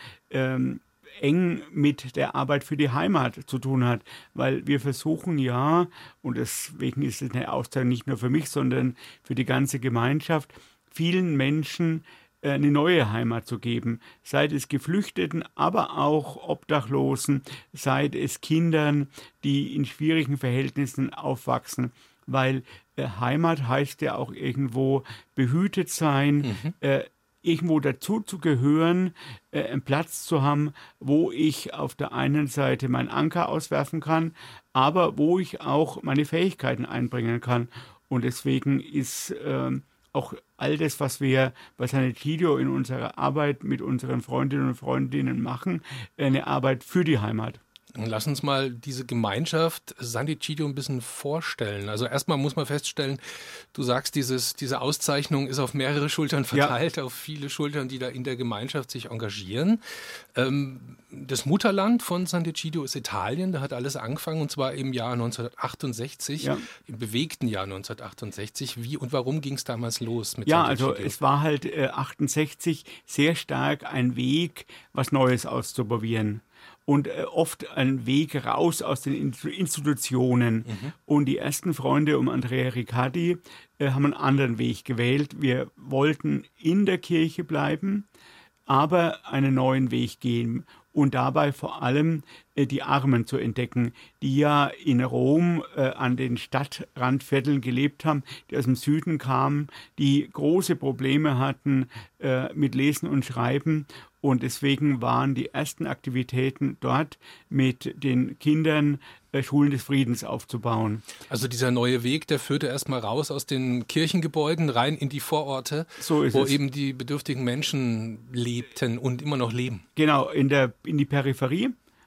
S3: eng mit der Arbeit für die Heimat zu tun hat, weil wir versuchen ja, und deswegen ist es eine Auszeit nicht nur für mich, sondern für die ganze Gemeinschaft, vielen Menschen eine neue Heimat zu geben, sei es Geflüchteten, aber auch Obdachlosen, sei es Kindern, die in schwierigen Verhältnissen aufwachsen, weil Heimat heißt ja auch irgendwo behütet sein, irgendwo dazu zu gehören, einen Platz zu haben, wo ich auf der einen Seite meinen Anker auswerfen kann, aber wo ich auch meine Fähigkeiten einbringen kann. Und deswegen ist auch all das, was wir bei San Egidio in unserer Arbeit mit unseren Freundinnen und Freundinnen machen, eine Arbeit für die Heimat.
S2: Lass uns mal diese Gemeinschaft San Egidio ein bisschen vorstellen. Also erstmal muss man feststellen, du sagst, diese Auszeichnung ist auf mehrere Schultern verteilt, auf viele Schultern, die da in der Gemeinschaft sich engagieren. Das Mutterland von San Egidio ist Italien, da hat alles angefangen und zwar im Jahr 1968, im bewegten Jahr 1968. Wie und warum ging es damals los mit San Egidio?
S3: Also es war halt 68 sehr stark ein Weg, was Neues auszuprobieren. Und oft ein Weg raus aus den Institutionen. Und die ersten Freunde um Andrea Riccardi haben einen anderen Weg gewählt. Wir wollten in der Kirche bleiben, aber einen neuen Weg gehen und dabei vor allem die Armen zu entdecken, die ja in Rom an den Stadtrandvierteln gelebt haben, die aus dem Süden kamen, die große Probleme hatten mit Lesen und Schreiben. Und deswegen waren die ersten Aktivitäten dort mit den Kindern Schulen des Friedens aufzubauen.
S2: Also dieser neue Weg, der führte erstmal raus aus den Kirchengebäuden rein in die Vororte, wo eben die bedürftigen Menschen lebten und immer noch leben.
S3: Genau, in die Peripherie,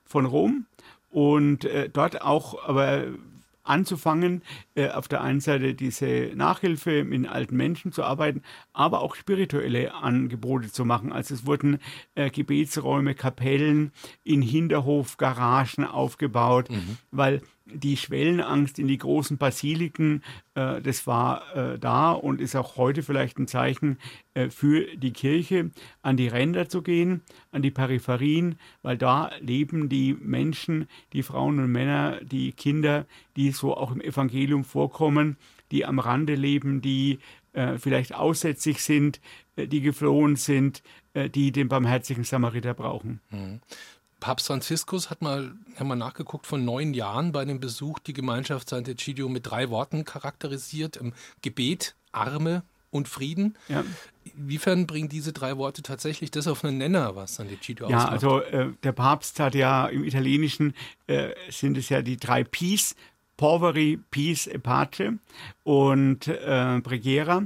S3: von Rom und dort auch aber anzufangen, auf der einen Seite diese Nachhilfe mit alten Menschen zu arbeiten, aber auch spirituelle Angebote zu machen. Also es wurden Gebetsräume, Kapellen in Hinterhof, Garagen aufgebaut, weil die Schwellenangst in die großen Basiliken, das war da und ist auch heute vielleicht ein Zeichen für die Kirche, an die Ränder zu gehen, an die Peripherien, weil da leben die Menschen, die Frauen und Männer, die Kinder, die so auch im Evangelium vorkommen, die am Rande leben, die vielleicht aussätzig sind, die geflohen sind, die den barmherzigen Samariter brauchen.
S2: Papst Franziskus hat mal nachgeguckt, von 9 Jahren bei dem Besuch die Gemeinschaft Sant'Egidio mit 3 Worten charakterisiert: Gebet, Arme und Frieden. Ja. Inwiefern bringen diese 3 Worte tatsächlich das auf einen Nenner, was Sant'Egidio ausmacht?
S3: Ja, also der Papst hat ja im Italienischen sind es ja die 3 P's: Poveri, Peace e Pace und Preghiera.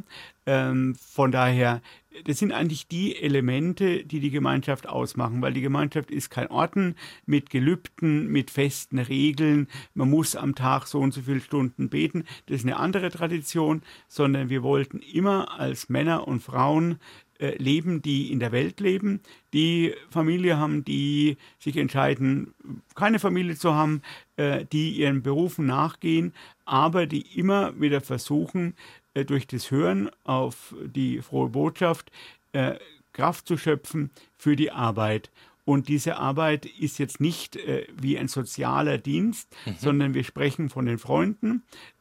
S3: Von daher, das sind eigentlich die Elemente, die die Gemeinschaft ausmachen, weil die Gemeinschaft ist kein Orden mit Gelübden, mit festen Regeln, man muss am Tag so und so viele Stunden beten, das ist eine andere Tradition, sondern wir wollten immer als Männer und Frauen leben, die in der Welt leben, die Familie haben, die sich entscheiden, keine Familie zu haben, die ihren Berufen nachgehen, aber die immer wieder versuchen, durch das Hören auf die frohe Botschaft Kraft zu schöpfen für die Arbeit. Und diese Arbeit ist jetzt nicht wie ein sozialer Dienst, sondern wir sprechen von den Freunden,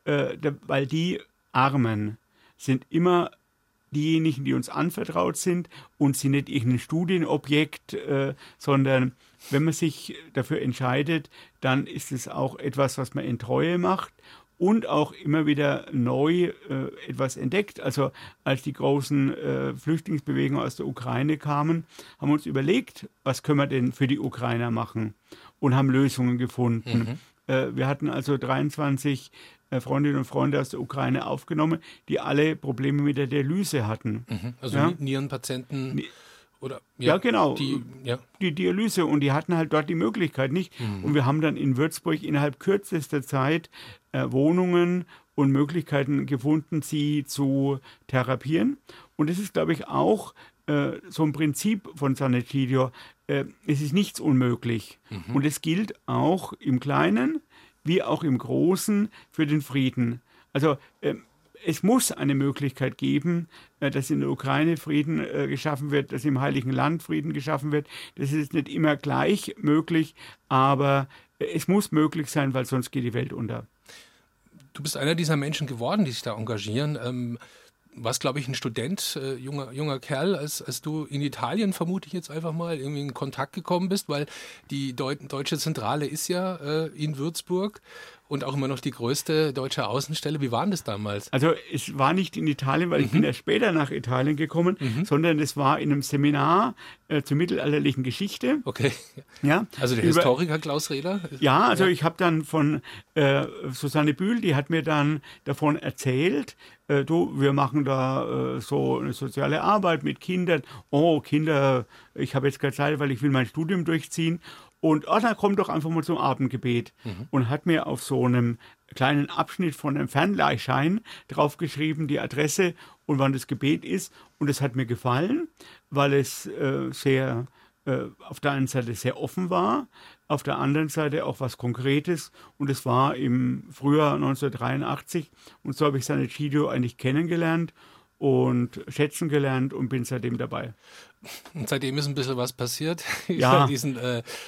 S3: weil die Armen sind immer diejenigen, die uns anvertraut sind und sind nicht irgendein Studienobjekt, sondern wenn man sich dafür entscheidet, dann ist es auch etwas, was man in Treue macht und auch immer wieder neu etwas entdeckt. Also als die großen Flüchtlingsbewegungen aus der Ukraine kamen, haben wir uns überlegt, was können wir denn für die Ukrainer machen und haben Lösungen gefunden. Wir hatten also 23 Freundinnen und Freunde aus der Ukraine aufgenommen, die alle Probleme mit der Dialyse hatten.
S2: Also Nierenpatienten oder
S3: ja genau, die Dialyse, und die hatten halt dort die Möglichkeit nicht. Und wir haben dann in Würzburg innerhalb kürzester Zeit Wohnungen und Möglichkeiten gefunden, sie zu therapieren. Und das ist, glaube ich, auch so ein Prinzip von Sant'Egidio. Es ist nichts unmöglich. Und es gilt auch im Kleinen wie auch im Großen für den Frieden. Also es muss eine Möglichkeit geben, dass in der Ukraine Frieden geschaffen wird, dass im Heiligen Land Frieden geschaffen wird. Das ist nicht immer gleich möglich, aber es muss möglich sein, weil sonst geht die Welt unter.
S2: Du bist einer dieser Menschen geworden, die sich da engagieren. Warst, glaube ich, ein Student, junger Kerl, als du in Italien, vermute ich jetzt einfach mal, irgendwie in Kontakt gekommen bist, weil die deutsche Zentrale ist ja in Würzburg und auch immer noch die größte deutsche Außenstelle. Wie war denn das damals?
S3: Also es war nicht in Italien, weil ich bin erst später nach Italien gekommen, sondern es war in einem Seminar zur mittelalterlichen Geschichte.
S2: Okay.
S3: Ja,
S2: also der Historiker Klaus Rehler?
S3: Ja, also ich habe dann von Susanne Bühl, die hat mir dann davon erzählt, wir machen da so eine soziale Arbeit mit Kindern. Oh, Kinder, ich habe jetzt keine Zeit, weil ich will mein Studium durchziehen. Und dann komm doch einfach mal zum Abendgebet. Und hat mir auf so einem kleinen Abschnitt von einem Fernleihschein draufgeschrieben, die Adresse und wann das Gebet ist. Und es hat mir gefallen, weil es sehr auf der einen Seite sehr offen war, auf der anderen Seite auch was Konkretes. Und es war im Frühjahr 1983. Und so habe ich Sant'Egidio eigentlich kennengelernt und schätzen gelernt und bin seitdem dabei.
S2: Und seitdem ist ein bisschen was passiert,
S3: ja.
S2: In diesen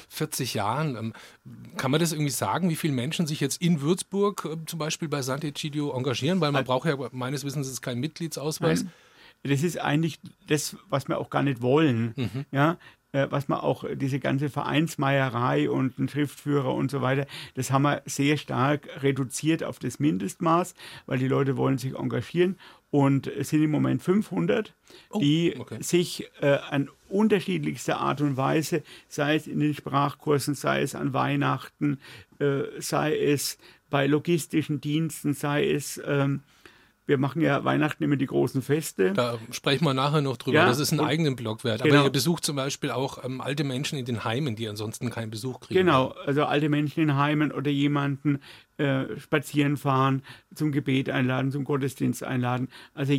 S2: 40 Jahren. Kann man das irgendwie sagen, wie viele Menschen sich jetzt in Würzburg zum Beispiel bei Sant'Egidio engagieren? Weil man braucht ja meines Wissens ist kein Mitgliedsausweis.
S3: Nein. Das ist eigentlich das, was wir auch gar nicht wollen. Ja, was man auch, diese ganze Vereinsmeierei und ein Schriftführer und so weiter, das haben wir sehr stark reduziert auf das Mindestmaß, weil die Leute wollen sich engagieren. Und es sind im Moment 500, die sich an unterschiedlichster Art und Weise, sei es in den Sprachkursen, sei es an Weihnachten, sei es bei logistischen Diensten, sei es wir machen ja Weihnachten immer die großen Feste.
S2: Da sprechen wir nachher noch drüber.
S3: Ja,
S2: das ist einen eigenen Blog wert.
S3: Genau.
S2: Aber ihr besucht zum Beispiel auch alte Menschen in den Heimen, die ansonsten keinen Besuch kriegen.
S3: Genau, also alte Menschen in Heimen oder jemanden spazieren fahren, zum Gebet einladen, zum Gottesdienst einladen. Also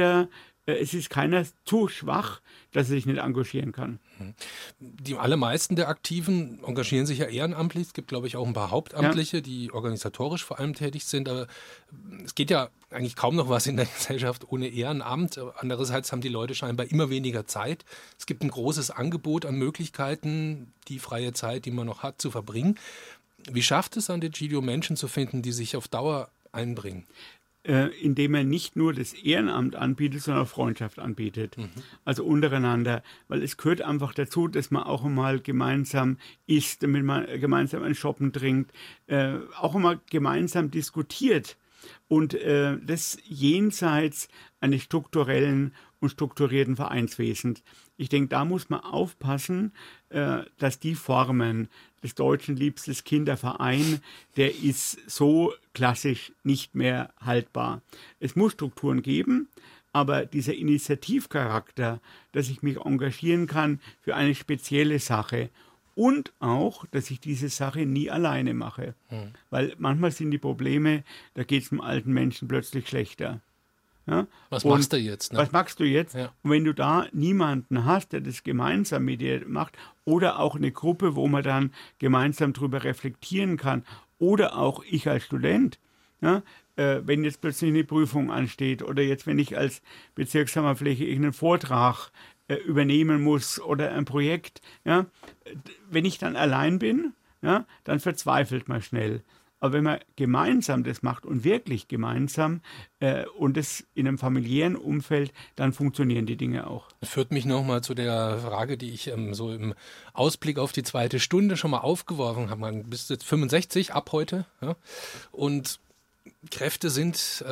S3: es ist keiner zu schwach, dass er sich nicht engagieren kann.
S2: Die allermeisten der Aktiven engagieren sich ja ehrenamtlich. Es gibt, glaube ich, auch ein paar Hauptamtliche, die organisatorisch vor allem tätig sind. Aber es geht ja eigentlich kaum noch was in der Gesellschaft ohne Ehrenamt. Andererseits haben die Leute scheinbar immer weniger Zeit. Es gibt ein großes Angebot an Möglichkeiten, die freie Zeit, die man noch hat, zu verbringen. Wie schafft es Sant'Egidio, Menschen zu finden, die sich auf Dauer einbringen?
S3: Indem er nicht nur das Ehrenamt anbietet, sondern auch Freundschaft anbietet. Also untereinander. Weil es gehört einfach dazu, dass man auch einmal gemeinsam isst, damit man gemeinsam ein Shoppen trinkt, auch einmal gemeinsam diskutiert. Und das jenseits eines strukturellen und strukturierten Vereinswesens. Ich denke, da muss man aufpassen, dass die Formen des deutschen liebstes Kinderverein, der ist so klassisch nicht mehr haltbar. Es muss Strukturen geben, aber dieser Initiativcharakter, dass ich mich engagieren kann für eine spezielle Sache und auch, dass ich diese Sache nie alleine mache. Weil manchmal sind die Probleme, da geht es dem alten Menschen plötzlich schlechter. Ja?
S2: Was machst du jetzt? Ne?
S3: Was machst du jetzt?
S2: Ja.
S3: Und wenn du da niemanden hast, der das gemeinsam mit dir macht, oder auch eine Gruppe, wo man dann gemeinsam drüber reflektieren kann, oder auch ich als Student, ja, wenn jetzt plötzlich eine Prüfung ansteht oder jetzt, wenn ich als Bezirkssammerfläche irgendeinen Vortrag übernehmen muss oder ein Projekt, ja, wenn ich dann allein bin, ja, dann verzweifelt man schnell. Aber wenn man gemeinsam das macht und wirklich gemeinsam und das in einem familiären Umfeld, dann funktionieren die Dinge auch.
S2: Das führt mich nochmal zu der Frage, die ich so im Ausblick auf die zweite Stunde schon mal aufgeworfen habe. Man bist jetzt 65 ab heute, ja? Und Kräfte sind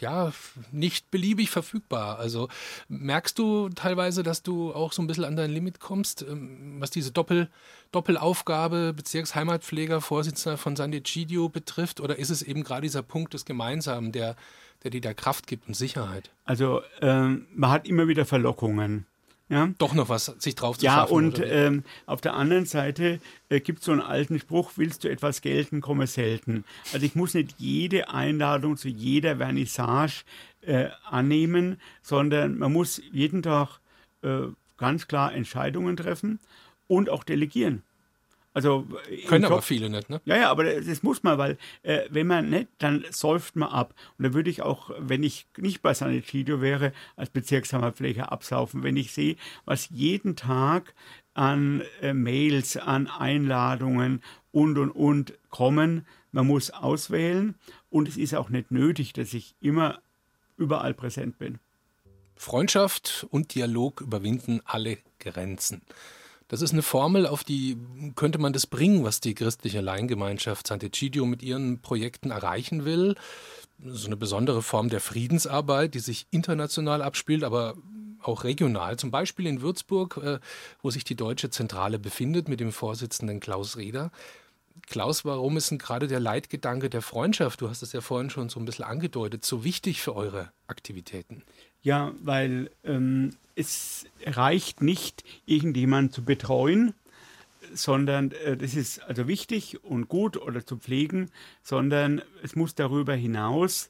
S2: nicht beliebig verfügbar. Also merkst du teilweise, dass du auch so ein bisschen an dein Limit kommst, was diese Doppelaufgabe Bezirksheimatpfleger, Vorsitzender von Sant'Egidio betrifft? Oder ist es eben gerade dieser Punkt des Gemeinsamen, der dir da Kraft gibt und Sicherheit?
S3: Also man hat immer wieder Verlockungen. Ja?
S2: Doch noch was sich drauf zu
S3: ja,
S2: schaffen.
S3: Und auf der anderen Seite gibt es so einen alten Spruch, willst du etwas gelten, komme selten. Also ich muss nicht jede Einladung zu jeder Vernissage annehmen, sondern man muss jeden Tag ganz klar Entscheidungen treffen und auch delegieren. Also
S2: können aber viele nicht, ne?
S3: Ja, aber das muss man, weil wenn man nicht, dann säuft man ab. Und da würde ich auch, wenn ich nicht bei Sant'Egidio wäre, als Bezirkssammerpfleger absaufen. Wenn ich sehe, was jeden Tag an Mails, an Einladungen und kommen, man muss auswählen. Und es ist auch nicht nötig, dass ich immer überall präsent bin.
S2: Freundschaft und Dialog überwinden alle Grenzen. Das ist eine Formel, auf die könnte man das bringen, was die christliche Laiengemeinschaft Sant'Egidio mit ihren Projekten erreichen will. So eine besondere Form der Friedensarbeit, die sich international abspielt, aber auch regional. Zum Beispiel in Würzburg, wo sich die Deutsche Zentrale befindet, mit dem Vorsitzenden Klaus Reder. Klaus, warum ist denn gerade der Leitgedanke der Freundschaft, du hast es ja vorhin schon so ein bisschen angedeutet, so wichtig für eure Aktivitäten?
S3: Ja, weil es reicht nicht, irgendjemanden zu betreuen, sondern das ist also wichtig und gut oder zu pflegen, sondern es muss darüber hinaus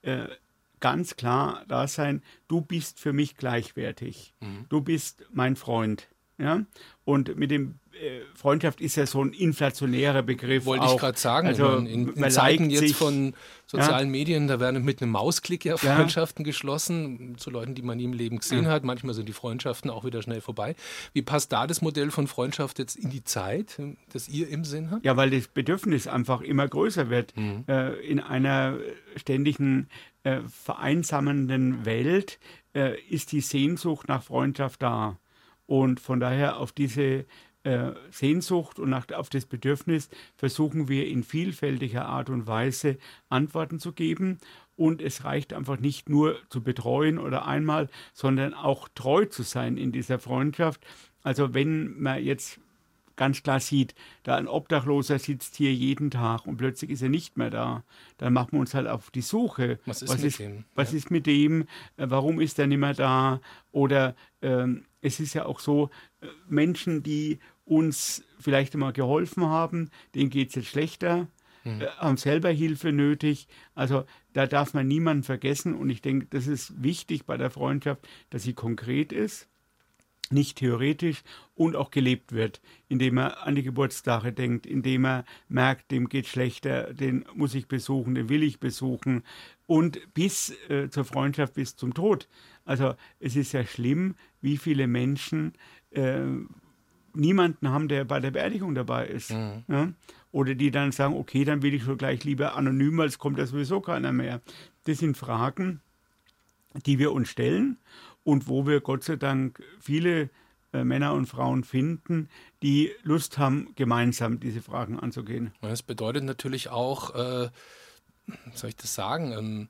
S3: ganz klar da sein, du bist für mich gleichwertig, du bist mein Freund. Ja? Und mit dem Freundschaft ist ja so ein inflationärer Begriff.
S2: Wollte ich gerade sagen.
S3: Also,
S2: in Zeiten jetzt von sozialen Medien, da werden mit einem Mausklick ja Freundschaften geschlossen zu Leuten, die man nie im Leben gesehen hat. Manchmal sind die Freundschaften auch wieder schnell vorbei. Wie passt da das Modell von Freundschaft jetzt in die Zeit, das ihr im Sinn habt?
S3: Ja, weil das Bedürfnis einfach immer größer wird. In einer ständigen vereinsamenden Welt ist die Sehnsucht nach Freundschaft da. Und von daher auf diese Sehnsucht und auf das Bedürfnis versuchen wir in vielfältiger Art und Weise Antworten zu geben. Und es reicht einfach nicht nur zu betreuen oder einmal, sondern auch treu zu sein in dieser Freundschaft. Also wenn man jetzt ganz klar sieht, da ein Obdachloser sitzt hier jeden Tag und plötzlich ist er nicht mehr da, dann machen wir uns halt auf die Suche.
S2: Was ist
S3: mit dem? Warum ist er nicht mehr da? Oder es ist ja auch so, Menschen, die uns vielleicht einmal geholfen haben, denen geht es jetzt schlechter, haben selber Hilfe nötig. Also da darf man niemanden vergessen. Und ich denke, das ist wichtig bei der Freundschaft, dass sie konkret ist, nicht theoretisch und auch gelebt wird, indem er an die Geburtstage denkt, indem er merkt, dem geht schlechter, den muss ich besuchen, den will ich besuchen und bis zur Freundschaft, bis zum Tod. Also es ist ja schlimm, wie viele Menschen niemanden haben, der bei der Beerdigung dabei ist. Ja? Oder die dann sagen, okay, dann will ich schon gleich lieber anonym, weil es kommt ja sowieso keiner mehr. Das sind Fragen, die wir uns stellen und wo wir Gott sei Dank viele Männer und Frauen finden, die Lust haben, gemeinsam diese Fragen anzugehen.
S2: Das bedeutet natürlich auch, wie soll ich das sagen,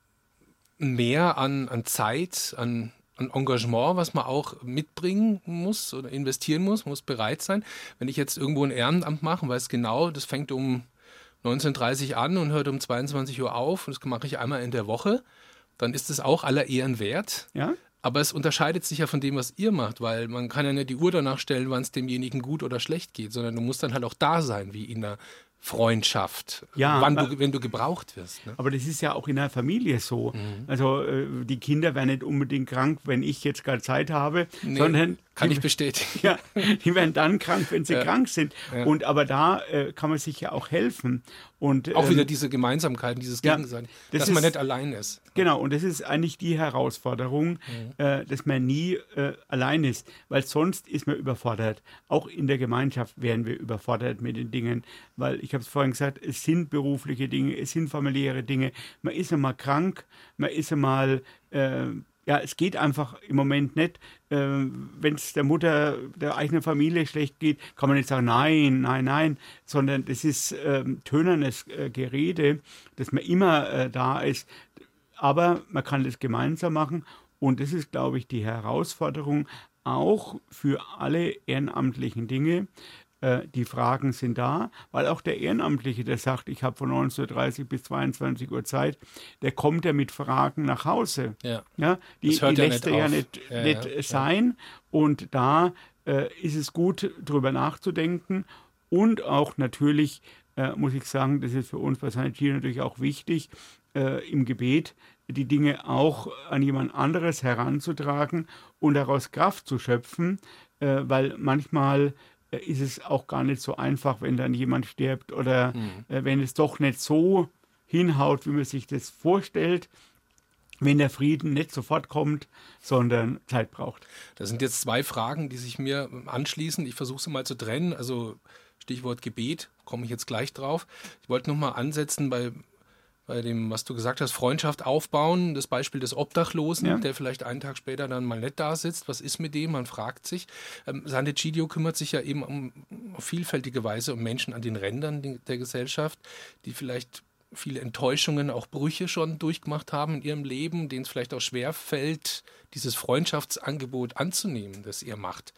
S2: mehr an Zeit, an Engagement, was man auch mitbringen muss oder investieren muss bereit sein. Wenn ich jetzt irgendwo ein Ehrenamt mache, weiß genau, das fängt um 19:30 Uhr an und hört um 22 Uhr auf und das mache ich einmal in der Woche, dann ist es auch aller Ehren wert.
S3: Ja?
S2: Aber es unterscheidet sich ja von dem, was ihr macht, weil man kann ja nicht die Uhr danach stellen, wann es demjenigen gut oder schlecht geht, sondern du musst dann halt auch da sein, wie in einer Freundschaft,
S3: ja,
S2: wenn du gebraucht wirst. Ne?
S3: Aber das ist ja auch in der Familie so. Also die Kinder werden nicht unbedingt krank, wenn ich jetzt gerade Zeit habe, sondern
S2: kann ich bestätigen.
S3: Ja, die werden dann krank, wenn sie krank sind.
S2: Ja.
S3: Und aber da kann man sich ja auch helfen. Und,
S2: auch wieder diese Gemeinsamkeiten, dieses Gegenseitige, dass man nicht allein ist.
S3: Genau, und das ist eigentlich die Herausforderung, dass man nie allein ist, weil sonst ist man überfordert. Auch in der Gemeinschaft wären wir überfordert mit den Dingen, weil ich habe es vorhin gesagt, es sind berufliche Dinge, es sind familiäre Dinge. Man ist einmal krank, man ist einmal es geht einfach im Moment nicht. Wenn es der Mutter der eigenen Familie schlecht geht, kann man nicht sagen, nein, sondern das ist tönernes Gerede, dass man immer da ist. Aber man kann das gemeinsam machen und das ist, glaube ich, die Herausforderung auch für alle ehrenamtlichen Dinge. Die Fragen sind da, weil auch der Ehrenamtliche, der sagt, ich habe von 19:30 bis 22 Uhr Zeit, der kommt ja mit Fragen nach Hause. Ja, die lässt er ja nicht sein. Und da ist es gut, drüber nachzudenken. Und auch natürlich, muss ich sagen, das ist für uns bei St. Gilles natürlich auch wichtig, im Gebet die Dinge auch an jemand anderes heranzutragen und daraus Kraft zu schöpfen, weil manchmal ist es auch gar nicht so einfach, wenn dann jemand stirbt oder wenn es doch nicht so hinhaut, wie man sich das vorstellt, wenn der Frieden nicht sofort kommt, sondern Zeit braucht.
S2: Das sind jetzt zwei Fragen, die sich mir anschließen. Ich versuche sie mal zu trennen. Also Stichwort Gebet, komme ich jetzt gleich drauf. Ich wollte nochmal ansetzen bei dem, was du gesagt hast, Freundschaft aufbauen, das Beispiel des Obdachlosen, der vielleicht einen Tag später dann mal nicht da sitzt. Was ist mit dem? Man fragt sich. Sant'Egidio kümmert sich ja eben auf vielfältige Weise um Menschen an den Rändern der Gesellschaft, die vielleicht viele Enttäuschungen, auch Brüche schon durchgemacht haben in ihrem Leben, denen es vielleicht auch schwer fällt, dieses Freundschaftsangebot anzunehmen, das ihr macht.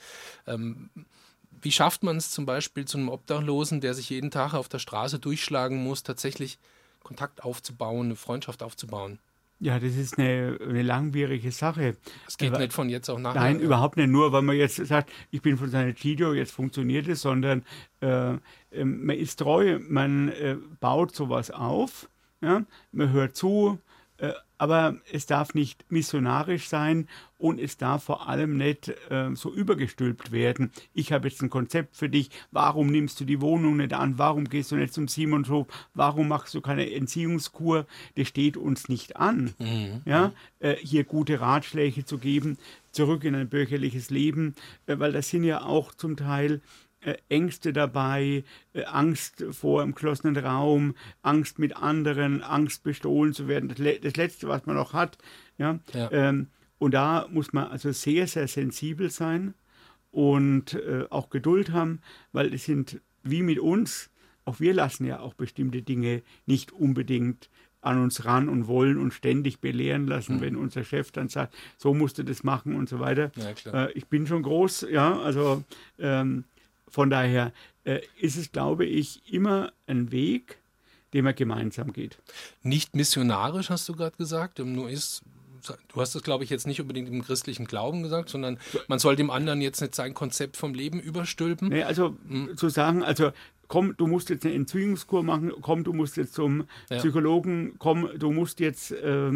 S2: Wie schafft man es zum Beispiel zu einem Obdachlosen, der sich jeden Tag auf der Straße durchschlagen muss, tatsächlich Kontakt aufzubauen, eine Freundschaft aufzubauen?
S3: Ja, das ist eine langwierige Sache.
S2: Es geht nicht von jetzt auf nachher.
S3: Nein, überhaupt nicht nur, weil man jetzt sagt, ich bin von Sant'Egidio, jetzt funktioniert es, sondern man ist treu, man baut sowas auf, ja? Man hört zu, aber es darf nicht missionarisch sein und es darf vor allem nicht so übergestülpt werden. Ich habe jetzt ein Konzept für dich, warum nimmst du die Wohnung nicht an, warum gehst du nicht zum Simonshof, warum machst du keine Entziehungskur, das steht uns nicht an. Ja? Hier gute Ratschläge zu geben, zurück in ein bürgerliches Leben, weil das sind ja auch zum Teil Ängste dabei, Angst vor einem geschlossenen Raum, Angst mit anderen, Angst bestohlen zu werden, das Letzte, was man noch hat. Ja? Und da muss man also sehr, sehr sensibel sein und auch Geduld haben, weil es sind wie mit uns, auch wir lassen ja auch bestimmte Dinge nicht unbedingt an uns ran und wollen uns ständig belehren lassen, wenn unser Chef dann sagt, so musst du das machen und so weiter.
S2: Ja, klar.
S3: Ich bin schon groß, ja, also von daher ist es, glaube ich, immer ein Weg, den man gemeinsam geht.
S2: Nicht missionarisch, hast du gerade gesagt. Du hast das, glaube ich, jetzt nicht unbedingt im christlichen Glauben gesagt, sondern man soll dem anderen jetzt nicht sein Konzept vom Leben überstülpen.
S3: Nee, also zu sagen, also komm, du musst jetzt eine Entziehungskur machen, komm, du musst jetzt zum Psychologen, komm, du musst jetzt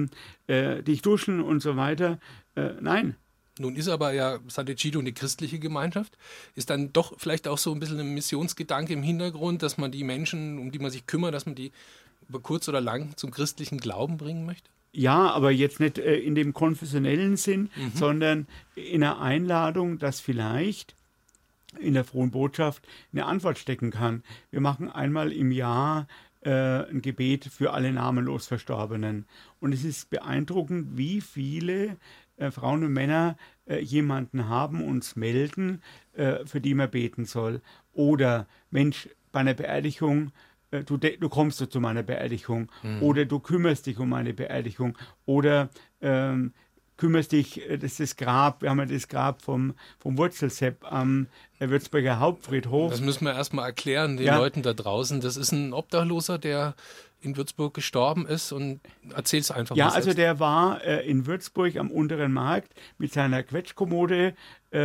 S3: dich duschen und so weiter. Nein.
S2: Nun ist aber ja Sant'Egidio eine christliche Gemeinschaft. Ist dann doch vielleicht auch so ein bisschen ein Missionsgedanke im Hintergrund, dass man die Menschen, um die man sich kümmert, dass man die über kurz oder lang zum christlichen Glauben bringen möchte?
S3: Ja, aber jetzt nicht in dem konfessionellen Sinn, sondern in einer Einladung, dass vielleicht in der frohen Botschaft eine Antwort stecken kann. Wir machen einmal im Jahr ein Gebet für alle namenlos Verstorbenen. Und es ist beeindruckend, wie viele Frauen und Männer jemanden haben, uns melden, für die man beten soll. Oder, Mensch, bei einer Beerdigung, du kommst zu meiner Beerdigung. Oder du kümmerst dich um meine Beerdigung. Oder kümmerst dich, das ist das Grab, wir haben ja das Grab vom Wurzelsepp am Würzburger Hauptfriedhof.
S2: Das müssen wir erstmal erklären, den Leuten da draußen. Das ist ein Obdachloser, der in Würzburg gestorben ist, und erzähl es einfach mal.
S3: Ja, also der war in Würzburg am Unteren Markt mit seiner Quetschkommode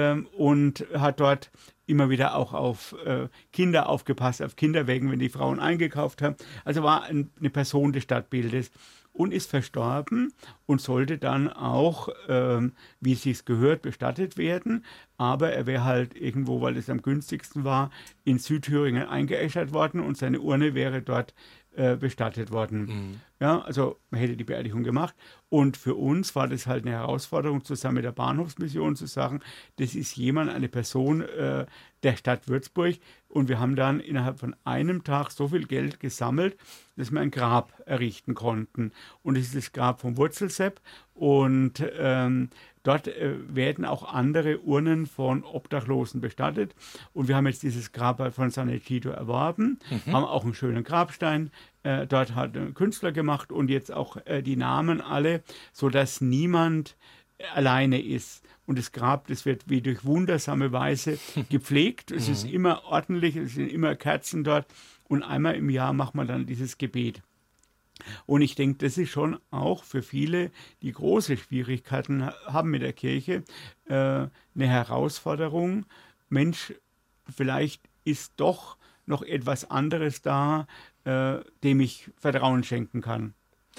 S3: und hat dort immer wieder auch auf Kinder aufgepasst, auf Kinderwägen, wenn die Frauen eingekauft haben. Also war eine Person des Stadtbildes. Und ist verstorben und sollte dann auch, wie es sich gehört, bestattet werden. Aber er wäre halt irgendwo, weil es am günstigsten war, in Südthüringen eingeäschert worden und seine Urne wäre dort bestattet worden. Ja, also man hätte die Beerdigung gemacht. Und für uns war das halt eine Herausforderung, zusammen mit der Bahnhofsmission zu sagen, das ist eine Person der Stadt Würzburg. Und wir haben dann innerhalb von einem Tag so viel Geld gesammelt, dass wir ein Grab errichten konnten. Und es ist das Grab vom Wurzelsepp. Und dort werden auch andere Urnen von Obdachlosen bestattet. Und wir haben jetzt dieses Grab von Sant'Egidio erworben, haben auch einen schönen Grabstein. Dort hat ein Künstler gemacht und jetzt auch die Namen alle, sodass niemand alleine ist. Und das Grab, das wird wie durch wundersame Weise gepflegt. Es ist immer ordentlich, es sind immer Kerzen dort. Und einmal im Jahr macht man dann dieses Gebet. Und ich denke, das ist schon auch für viele, die große Schwierigkeiten haben mit der Kirche, eine Herausforderung. Mensch, vielleicht ist doch noch etwas anderes da, dem ich Vertrauen schenken kann.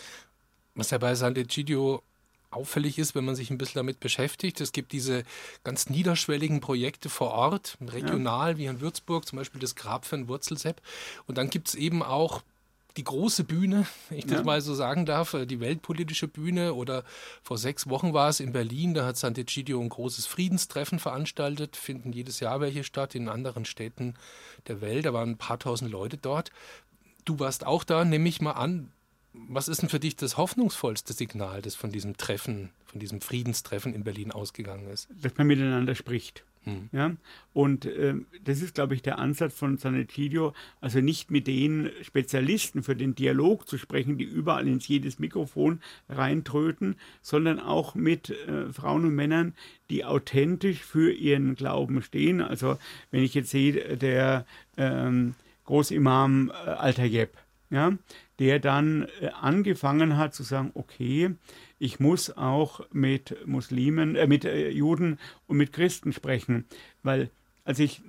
S2: Was ja bei Sant'Egidio auffällig ist, wenn man sich ein bisschen damit beschäftigt, es gibt diese ganz niederschwelligen Projekte vor Ort, regional, wie in Würzburg, zum Beispiel das Grab für den Wurzelsepp. Und dann gibt es eben auch die große Bühne, wenn ich das mal so sagen darf, die weltpolitische Bühne. Oder vor 6 Wochen war es in Berlin, da hat Sant'Egidio ein großes Friedenstreffen veranstaltet, finden jedes Jahr welche statt in anderen Städten der Welt. Da waren ein paar tausend Leute dort. Du warst auch da, nehme ich mal an. Was ist denn für dich das hoffnungsvollste Signal, das von diesem Treffen, von diesem Friedenstreffen in Berlin ausgegangen ist?
S3: Dass man miteinander spricht. Ja? Und das ist, glaube ich, der Ansatz von Sant'Egidio, also nicht mit den Spezialisten für den Dialog zu sprechen, die überall ins jedes Mikrofon reintröten, sondern auch mit Frauen und Männern, die authentisch für ihren Glauben stehen. Also wenn ich jetzt sehe, der Großimam Al-Tayyeb, ja, der dann angefangen hat zu sagen, okay, ich muss auch mit Muslimen, mit Juden und mit Christen sprechen, weil als ich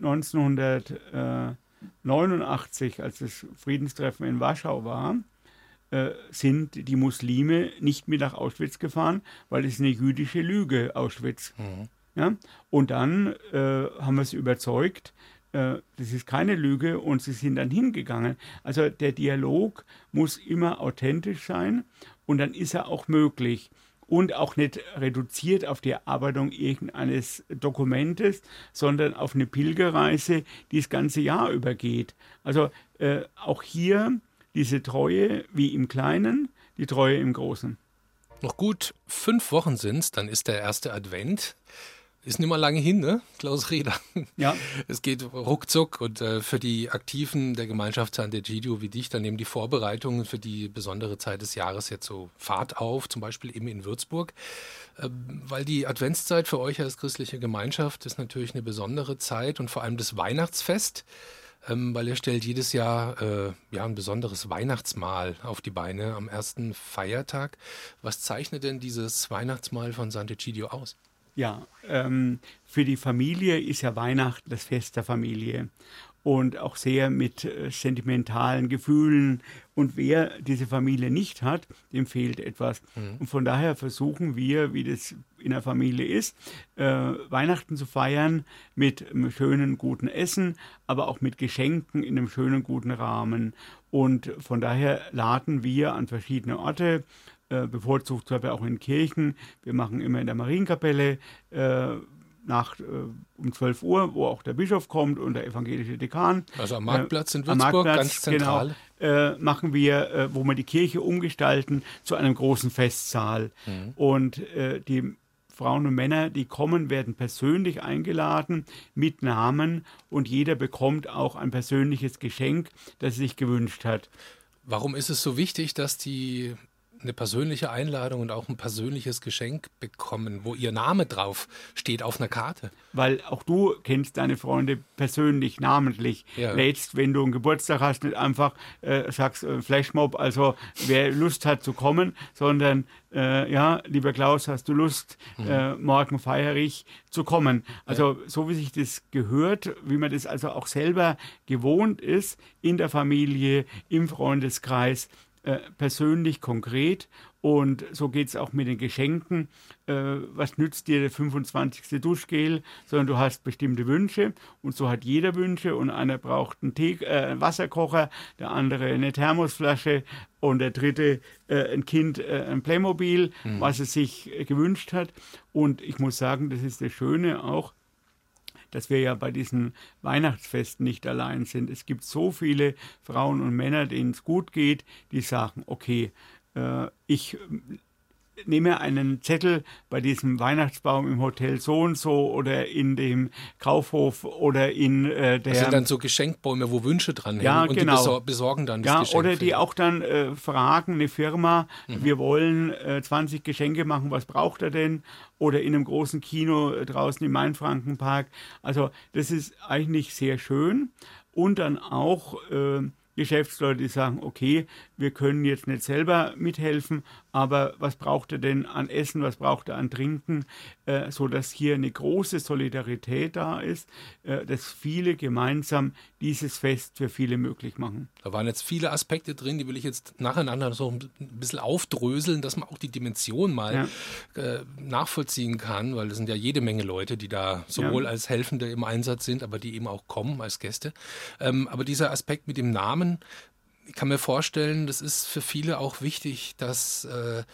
S3: 1989, als das Friedenstreffen in Warschau war, sind die Muslime nicht mit nach Auschwitz gefahren, weil es eine jüdische Lüge, Auschwitz. Ja? Und dann haben wir sie überzeugt, das ist keine Lüge, und sie sind dann hingegangen. Also der Dialog muss immer authentisch sein und dann ist er auch möglich und auch nicht reduziert auf die Erarbeitung irgendeines Dokumentes, sondern auf eine Pilgerreise, die das ganze Jahr übergeht. Also auch hier diese Treue wie im Kleinen, die Treue im Großen.
S2: Noch gut 5 Wochen sind es, dann ist der erste Advent. Ist nicht mehr lange hin, ne, Klaus Reder?
S3: Ja.
S2: Es geht ruckzuck und für die Aktiven der Gemeinschaft Sant'Egidio wie dich, dann nehmen die Vorbereitungen für die besondere Zeit des Jahres jetzt so Fahrt auf, zum Beispiel eben in Würzburg. Weil die Adventszeit für euch als christliche Gemeinschaft ist natürlich eine besondere Zeit und vor allem das Weihnachtsfest, weil ihr stellt jedes Jahr ein besonderes Weihnachtsmahl auf die Beine am ersten Feiertag. Was zeichnet denn dieses Weihnachtsmahl von Sant'Egidio aus?
S3: Ja, für die Familie ist ja Weihnachten das Fest der Familie und auch sehr mit sentimentalen Gefühlen. Und wer diese Familie nicht hat, dem fehlt etwas. Und von daher versuchen wir, wie das in der Familie ist, Weihnachten zu feiern mit einem schönen, guten Essen, aber auch mit Geschenken in einem schönen, guten Rahmen. Und von daher laden wir an verschiedene Orte, bevorzugt zwar auch in Kirchen. Wir machen immer in der Marienkapelle um 12 Uhr, wo auch der Bischof kommt und der evangelische Dekan.
S2: Also am Marktplatz in Würzburg, ganz zentral.
S3: Genau, machen wir, wo wir die Kirche umgestalten zu einem großen Festsaal. Und die Frauen und Männer, die kommen, werden persönlich eingeladen mit Namen und jeder bekommt auch ein persönliches Geschenk, das er sich gewünscht hat.
S2: Warum ist es so wichtig, dass die eine persönliche Einladung und auch ein persönliches Geschenk bekommen, wo ihr Name drauf steht auf einer Karte?
S3: Weil auch du kennst deine Freunde persönlich, namentlich.
S2: Ja.
S3: Lädst, wenn du einen Geburtstag hast, nicht einfach sagst Flashmob, also wer Lust hat zu kommen, sondern lieber Klaus, hast du Lust, morgen feiere ich zu kommen. Also so wie sich das gehört, wie man das also auch selber gewohnt ist, in der Familie, im Freundeskreis, persönlich, konkret. Und so geht es auch mit den Geschenken. Was nützt dir der 25. Duschgel? Sondern du hast bestimmte Wünsche und so hat jeder Wünsche und einer braucht einen Wasserkocher, der andere eine Thermosflasche und der dritte ein Kind ein Playmobil, was es sich gewünscht hat. Und ich muss sagen, das ist das Schöne auch, dass wir ja bei diesen Weihnachtsfesten nicht allein sind. Es gibt so viele Frauen und Männer, denen es gut geht, die sagen, okay, ich nehme einen Zettel bei diesem Weihnachtsbaum im Hotel so und so oder in dem Kaufhof oder in der...
S2: Das sind dann so Geschenkbäume, wo Wünsche dran hängen
S3: ja,
S2: und
S3: genau.
S2: Die besorgen dann das Geschenk.
S3: Oder die auch dann fragen, eine Firma, wir wollen 20 Geschenke machen, was braucht er denn? Oder in einem großen Kino draußen im Mainfrankenpark. Also das ist eigentlich sehr schön. Und dann auch Geschäftsleute, die sagen, okay, wir können jetzt nicht selber mithelfen, aber was braucht er denn an Essen, was braucht er an Trinken, sodass hier eine große Solidarität da ist, dass viele gemeinsam dieses Fest für viele möglich machen.
S2: Da waren jetzt viele Aspekte drin, die will ich jetzt nacheinander so ein bisschen aufdröseln, dass man auch die Dimension mal nachvollziehen kann, weil es sind ja jede Menge Leute, die da sowohl als Helfende im Einsatz sind, aber die eben auch kommen als Gäste. Aber dieser Aspekt mit dem Namen, ich kann mir vorstellen, das ist für viele auch wichtig, dass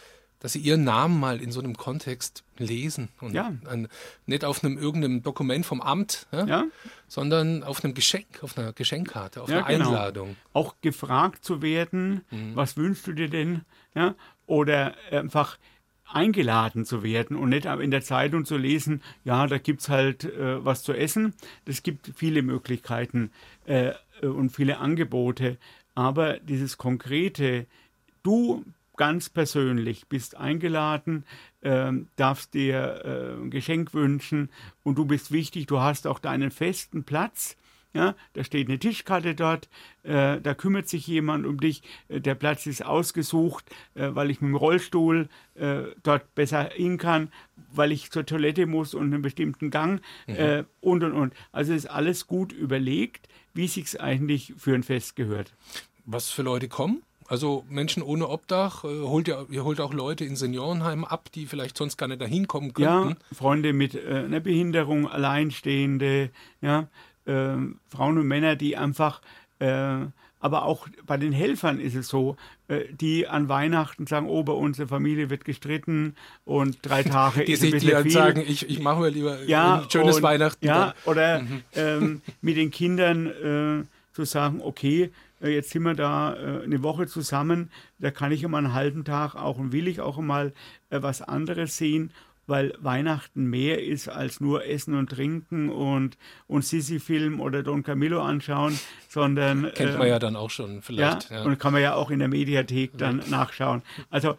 S2: sie ihren Namen mal in so einem Kontext lesen. Und nicht auf irgendeinem Dokument vom Amt, sondern auf einem Geschenk, auf einer Geschenkkarte, auf einer Einladung.
S3: Auch gefragt zu werden, was wünschst du dir denn? Ja? Oder einfach eingeladen zu werden und nicht in der Zeitung zu lesen, ja, da gibt es halt was zu essen. Es gibt viele Möglichkeiten und viele Angebote. Aber dieses konkrete, du ganz persönlich bist eingeladen, darfst dir ein Geschenk wünschen und du bist wichtig, du hast auch deinen festen Platz. Ja, da steht eine Tischkarte dort, da kümmert sich jemand um dich, der Platz ist ausgesucht, weil ich mit dem Rollstuhl dort besser hin kann, weil ich zur Toilette muss und einen bestimmten Gang und. Also ist alles gut überlegt, wie es sich eigentlich für ein Fest gehört.
S2: Was für Leute kommen? Also Menschen ohne Obdach, ihr holt auch Leute in Seniorenheimen ab, die vielleicht sonst gar nicht dahin kommen könnten?
S3: Ja, Freunde mit einer Behinderung, Alleinstehende, Frauen und Männer, die einfach, aber auch bei den Helfern ist es so, die an Weihnachten sagen, oh, bei uns in der Familie wird gestritten und 3 Tage
S2: die
S3: ist ein bisschen
S2: viel. Die sagen, ich mache mir lieber ein schönes Weihnachten.
S3: Ja, oder mit den Kindern zu sagen, okay, jetzt sind wir da eine Woche zusammen, da kann ich immer einen halben Tag auch und will ich auch mal was anderes sehen. weil Weihnachten mehr ist als nur Essen und Trinken und Sissi-Film oder Don Camillo anschauen, sondern...
S2: Kennt man ja dann auch schon vielleicht.
S3: Ja, und kann man ja auch in der Mediathek dann nachschauen. Also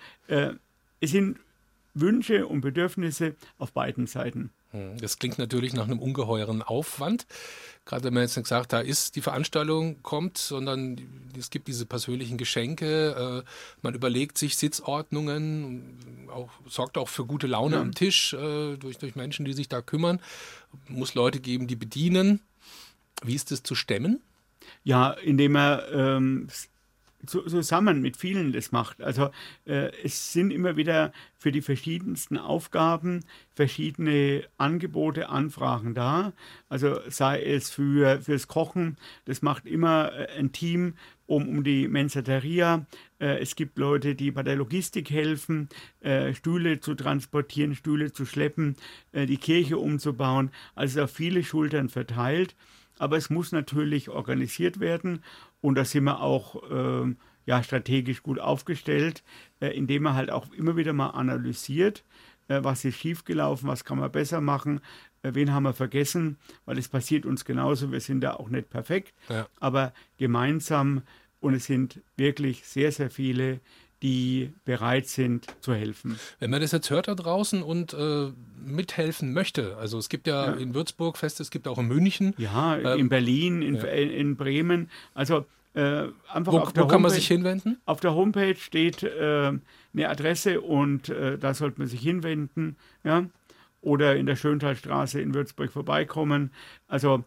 S3: es sind Wünsche und Bedürfnisse auf beiden Seiten.
S2: Das klingt natürlich nach einem ungeheuren Aufwand. Gerade wenn man jetzt nicht sagt, da ist die Veranstaltung, kommt, sondern es gibt diese persönlichen Geschenke. Man überlegt sich Sitzordnungen, sorgt auch für gute Laune am Tisch durch Menschen, die sich da kümmern. Muss Leute geben, die bedienen. Wie ist das zu stemmen?
S3: Ja, indem er zusammen mit vielen das macht. Also es sind immer wieder für die verschiedensten Aufgaben verschiedene Angebote, Anfragen da. Also sei es fürs Kochen, das macht immer ein Team um die Mensateria. Es gibt Leute, die bei der Logistik helfen, Stühle zu transportieren, Stühle zu schleppen, die Kirche umzubauen. Also auf viele Schultern verteilt. Aber es muss natürlich organisiert werden und da sind wir auch strategisch gut aufgestellt, indem man halt auch immer wieder mal analysiert, was ist schiefgelaufen, was kann man besser machen, wen haben wir vergessen, weil es passiert uns genauso, wir sind da auch nicht perfekt, aber gemeinsam, und es sind wirklich sehr, sehr viele, die bereit sind zu helfen.
S2: Wenn man das jetzt hört da draußen und mithelfen möchte, also es gibt ja in Würzburg Feste, es gibt auch in München.
S3: Ja, in Berlin, in Bremen. Also einfach auf der
S2: Homepage, kann man sich hinwenden?
S3: Auf der Homepage steht eine Adresse und da sollte man sich hinwenden. Ja? Oder in der Schöntalstraße in Würzburg vorbeikommen. Also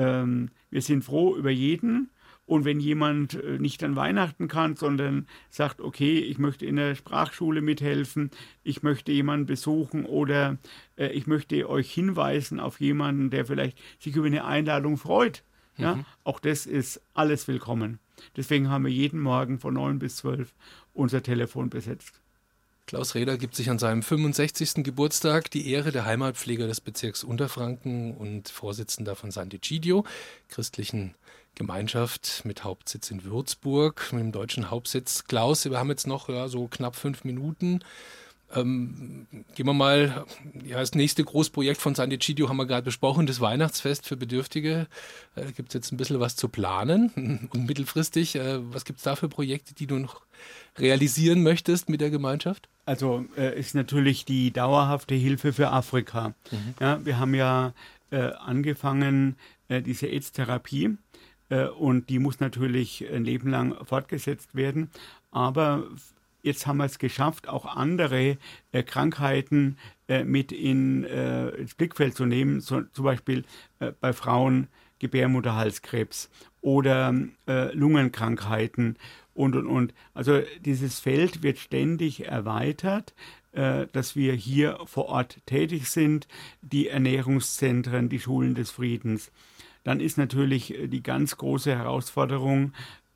S3: wir sind froh über jeden. Und wenn jemand nicht an Weihnachten kann, sondern sagt, okay, ich möchte in der Sprachschule mithelfen, ich möchte jemanden besuchen oder ich möchte euch hinweisen auf jemanden, der vielleicht sich über eine Einladung freut, ja, auch das ist alles willkommen. Deswegen haben wir jeden Morgen von 9 bis 12 unser Telefon besetzt.
S2: Klaus Reder gibt sich an seinem 65. Geburtstag die Ehre, der Heimatpfleger des Bezirks Unterfranken und Vorsitzender von Sant'Egidio, christlichen Gemeinschaft mit Hauptsitz in Würzburg, mit dem deutschen Hauptsitz. Klaus, wir haben jetzt noch so knapp 5 Minuten. Gehen wir mal, das nächste Großprojekt von Sant'Egidio haben wir gerade besprochen, das Weihnachtsfest für Bedürftige. Gibt es jetzt ein bisschen was zu planen und mittelfristig, was gibt es da für Projekte, die du noch realisieren möchtest mit der Gemeinschaft?
S3: Also ist natürlich die dauerhafte Hilfe für Afrika. Ja, wir haben ja angefangen, diese AIDS-Therapie, und die muss natürlich ein Leben lang fortgesetzt werden. Aber jetzt haben wir es geschafft, auch andere Krankheiten mit ins Blickfeld zu nehmen, zum Beispiel bei Frauen Gebärmutterhalskrebs oder Lungenkrankheiten und. Also dieses Feld wird ständig erweitert, dass wir hier vor Ort tätig sind, die Ernährungszentren, die Schulen des Friedens. Dann ist natürlich die ganz große Herausforderung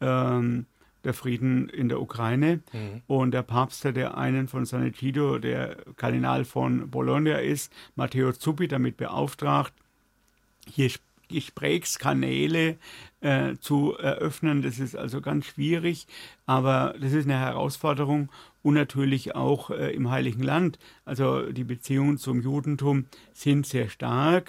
S3: der Frieden in der Ukraine. Und der Papst, der einen von Sant'Egidio, der Kardinal von Bologna ist, Matteo Zuppi, damit beauftragt, hier Gesprächskanäle zu eröffnen. Das ist also ganz schwierig, aber das ist eine Herausforderung und natürlich auch im Heiligen Land. Also die Beziehungen zum Judentum sind sehr stark.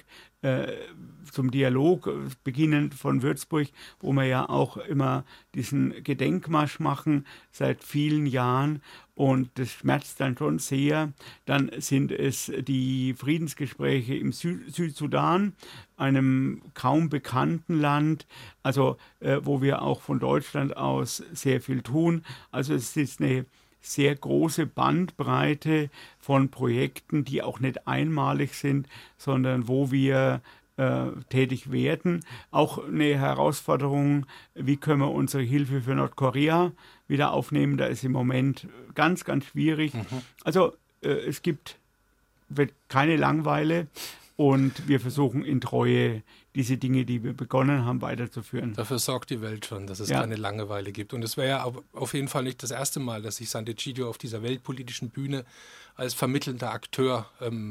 S3: Zum Dialog, beginnend von Würzburg, wo wir ja auch immer diesen Gedenkmarsch machen seit vielen Jahren und das schmerzt dann schon sehr. Dann sind es die Friedensgespräche im Südsudan, einem kaum bekannten Land, also wo wir auch von Deutschland aus sehr viel tun. Also es ist eine sehr große Bandbreite von Projekten, die auch nicht einmalig sind, sondern wo wir tätig werden. Auch eine Herausforderung, wie können wir unsere Hilfe für Nordkorea wieder aufnehmen. Da ist im Moment ganz, ganz schwierig. Also es wird keine Langeweile und wir versuchen in Treue diese Dinge, die wir begonnen haben, weiterzuführen.
S2: Dafür sorgt die Welt schon, dass es keine Langeweile gibt. Und es wäre ja auf jeden Fall nicht das erste Mal, dass sich Sant'Egidio auf dieser weltpolitischen Bühne als vermittelnder Akteur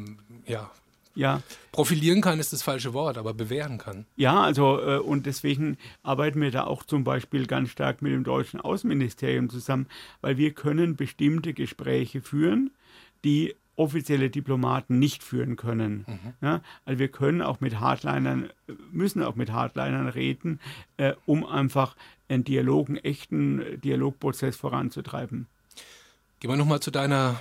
S2: profilieren kann, ist das falsche Wort, aber bewähren kann.
S3: Ja, also und deswegen arbeiten wir da auch zum Beispiel ganz stark mit dem deutschen Außenministerium zusammen, weil wir können bestimmte Gespräche führen, die offizielle Diplomaten nicht führen können. Ja, also wir können auch mit Hardlinern, müssen auch mit Hardlinern reden, um einfach einen echten Dialogprozess voranzutreiben.
S2: Gehen wir nochmal zu deiner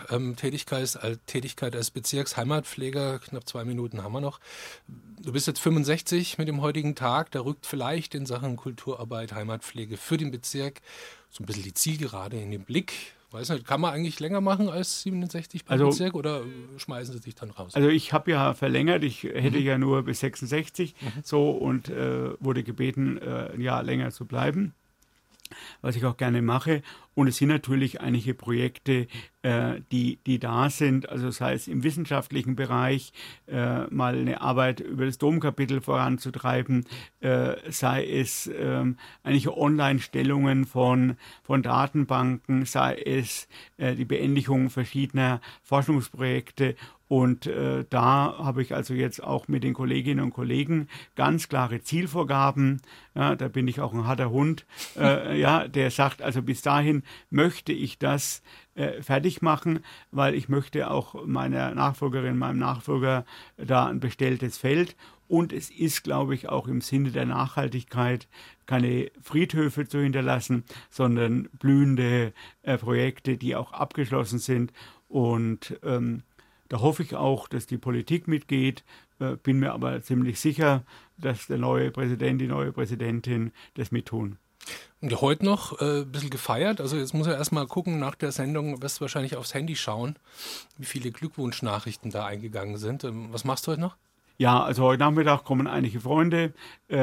S2: Tätigkeit als Bezirksheimatpfleger. Knapp 2 Minuten haben wir noch. Du bist jetzt 65 mit dem heutigen Tag. Da rückt vielleicht in Sachen Kulturarbeit, Heimatpflege für den Bezirk so ein bisschen die Zielgerade in den Blick. Weiß nicht, kann man eigentlich länger machen als 67 beim Bezirk oder schmeißen sie sich dann raus?
S3: Also ich habe ja verlängert, ich hätte ja nur bis 66 und wurde gebeten, ein Jahr länger zu bleiben, was ich auch gerne mache. Und es sind natürlich einige Projekte, die da sind, also sei es im wissenschaftlichen Bereich, mal eine Arbeit über das Domkapitel voranzutreiben, sei es einige Online-Stellungen von Datenbanken, sei es die Beendigung verschiedener Forschungsprojekte. Und da habe ich also jetzt auch mit den Kolleginnen und Kollegen ganz klare Zielvorgaben. Ja, da bin ich auch ein harter Hund, der sagt, also bis dahin möchte ich das fertig machen, weil ich möchte auch meiner Nachfolgerin, meinem Nachfolger da ein bestelltes Feld. Und es ist, glaube ich, auch im Sinne der Nachhaltigkeit, keine Friedhöfe zu hinterlassen, sondern blühende Projekte, die auch abgeschlossen sind. Und da hoffe ich auch, dass die Politik mitgeht, bin mir aber ziemlich sicher, dass der neue Präsident, die neue Präsidentin das mittun.
S2: Und heute noch ein bisschen gefeiert. Also jetzt muss er erstmal gucken, nach der Sendung wirst du wahrscheinlich aufs Handy schauen, wie viele Glückwunschnachrichten da eingegangen sind. Was machst du heute noch?
S3: Ja, also heute Nachmittag kommen einige Freunde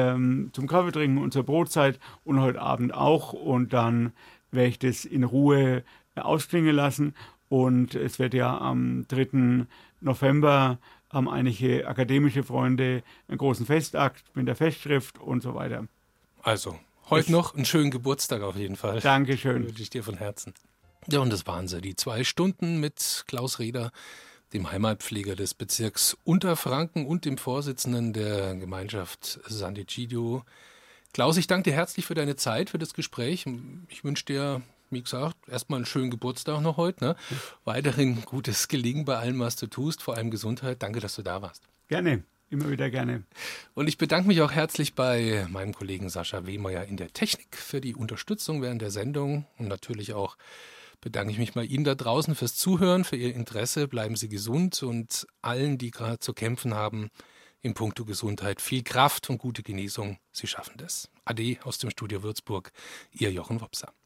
S3: zum Kaffee trinken und zur Brotzeit und heute Abend auch. Und dann werde ich das in Ruhe ausklingen lassen. Und es wird ja am 3. November haben einige akademische Freunde einen großen Festakt mit der Festschrift und so weiter.
S2: Also, heute noch einen schönen Geburtstag auf jeden Fall.
S3: Dankeschön.
S2: Wünsche ich dir von Herzen. Ja, und das waren sie, die 2 Stunden mit Klaus Reder, dem Heimatpfleger des Bezirks Unterfranken und dem Vorsitzenden der Gemeinschaft Sant'Egidio. Klaus, ich danke dir herzlich für deine Zeit, für das Gespräch. Ich wünsche dir, wie gesagt, erstmal einen schönen Geburtstag noch heute. Ne? Weiterhin gutes Gelingen bei allem, was du tust, vor allem Gesundheit. Danke, dass du da warst.
S3: Gerne, immer wieder gerne.
S2: Und ich bedanke mich auch herzlich bei meinem Kollegen Sascha Wehmeier in der Technik für die Unterstützung während der Sendung. Und natürlich auch bedanke ich mich bei Ihnen da draußen fürs Zuhören, für Ihr Interesse. Bleiben Sie gesund und allen, die gerade zu kämpfen haben, in puncto Gesundheit viel Kraft und gute Genesung. Sie schaffen das. Ade aus dem Studio Würzburg, Ihr Jochen Wopser.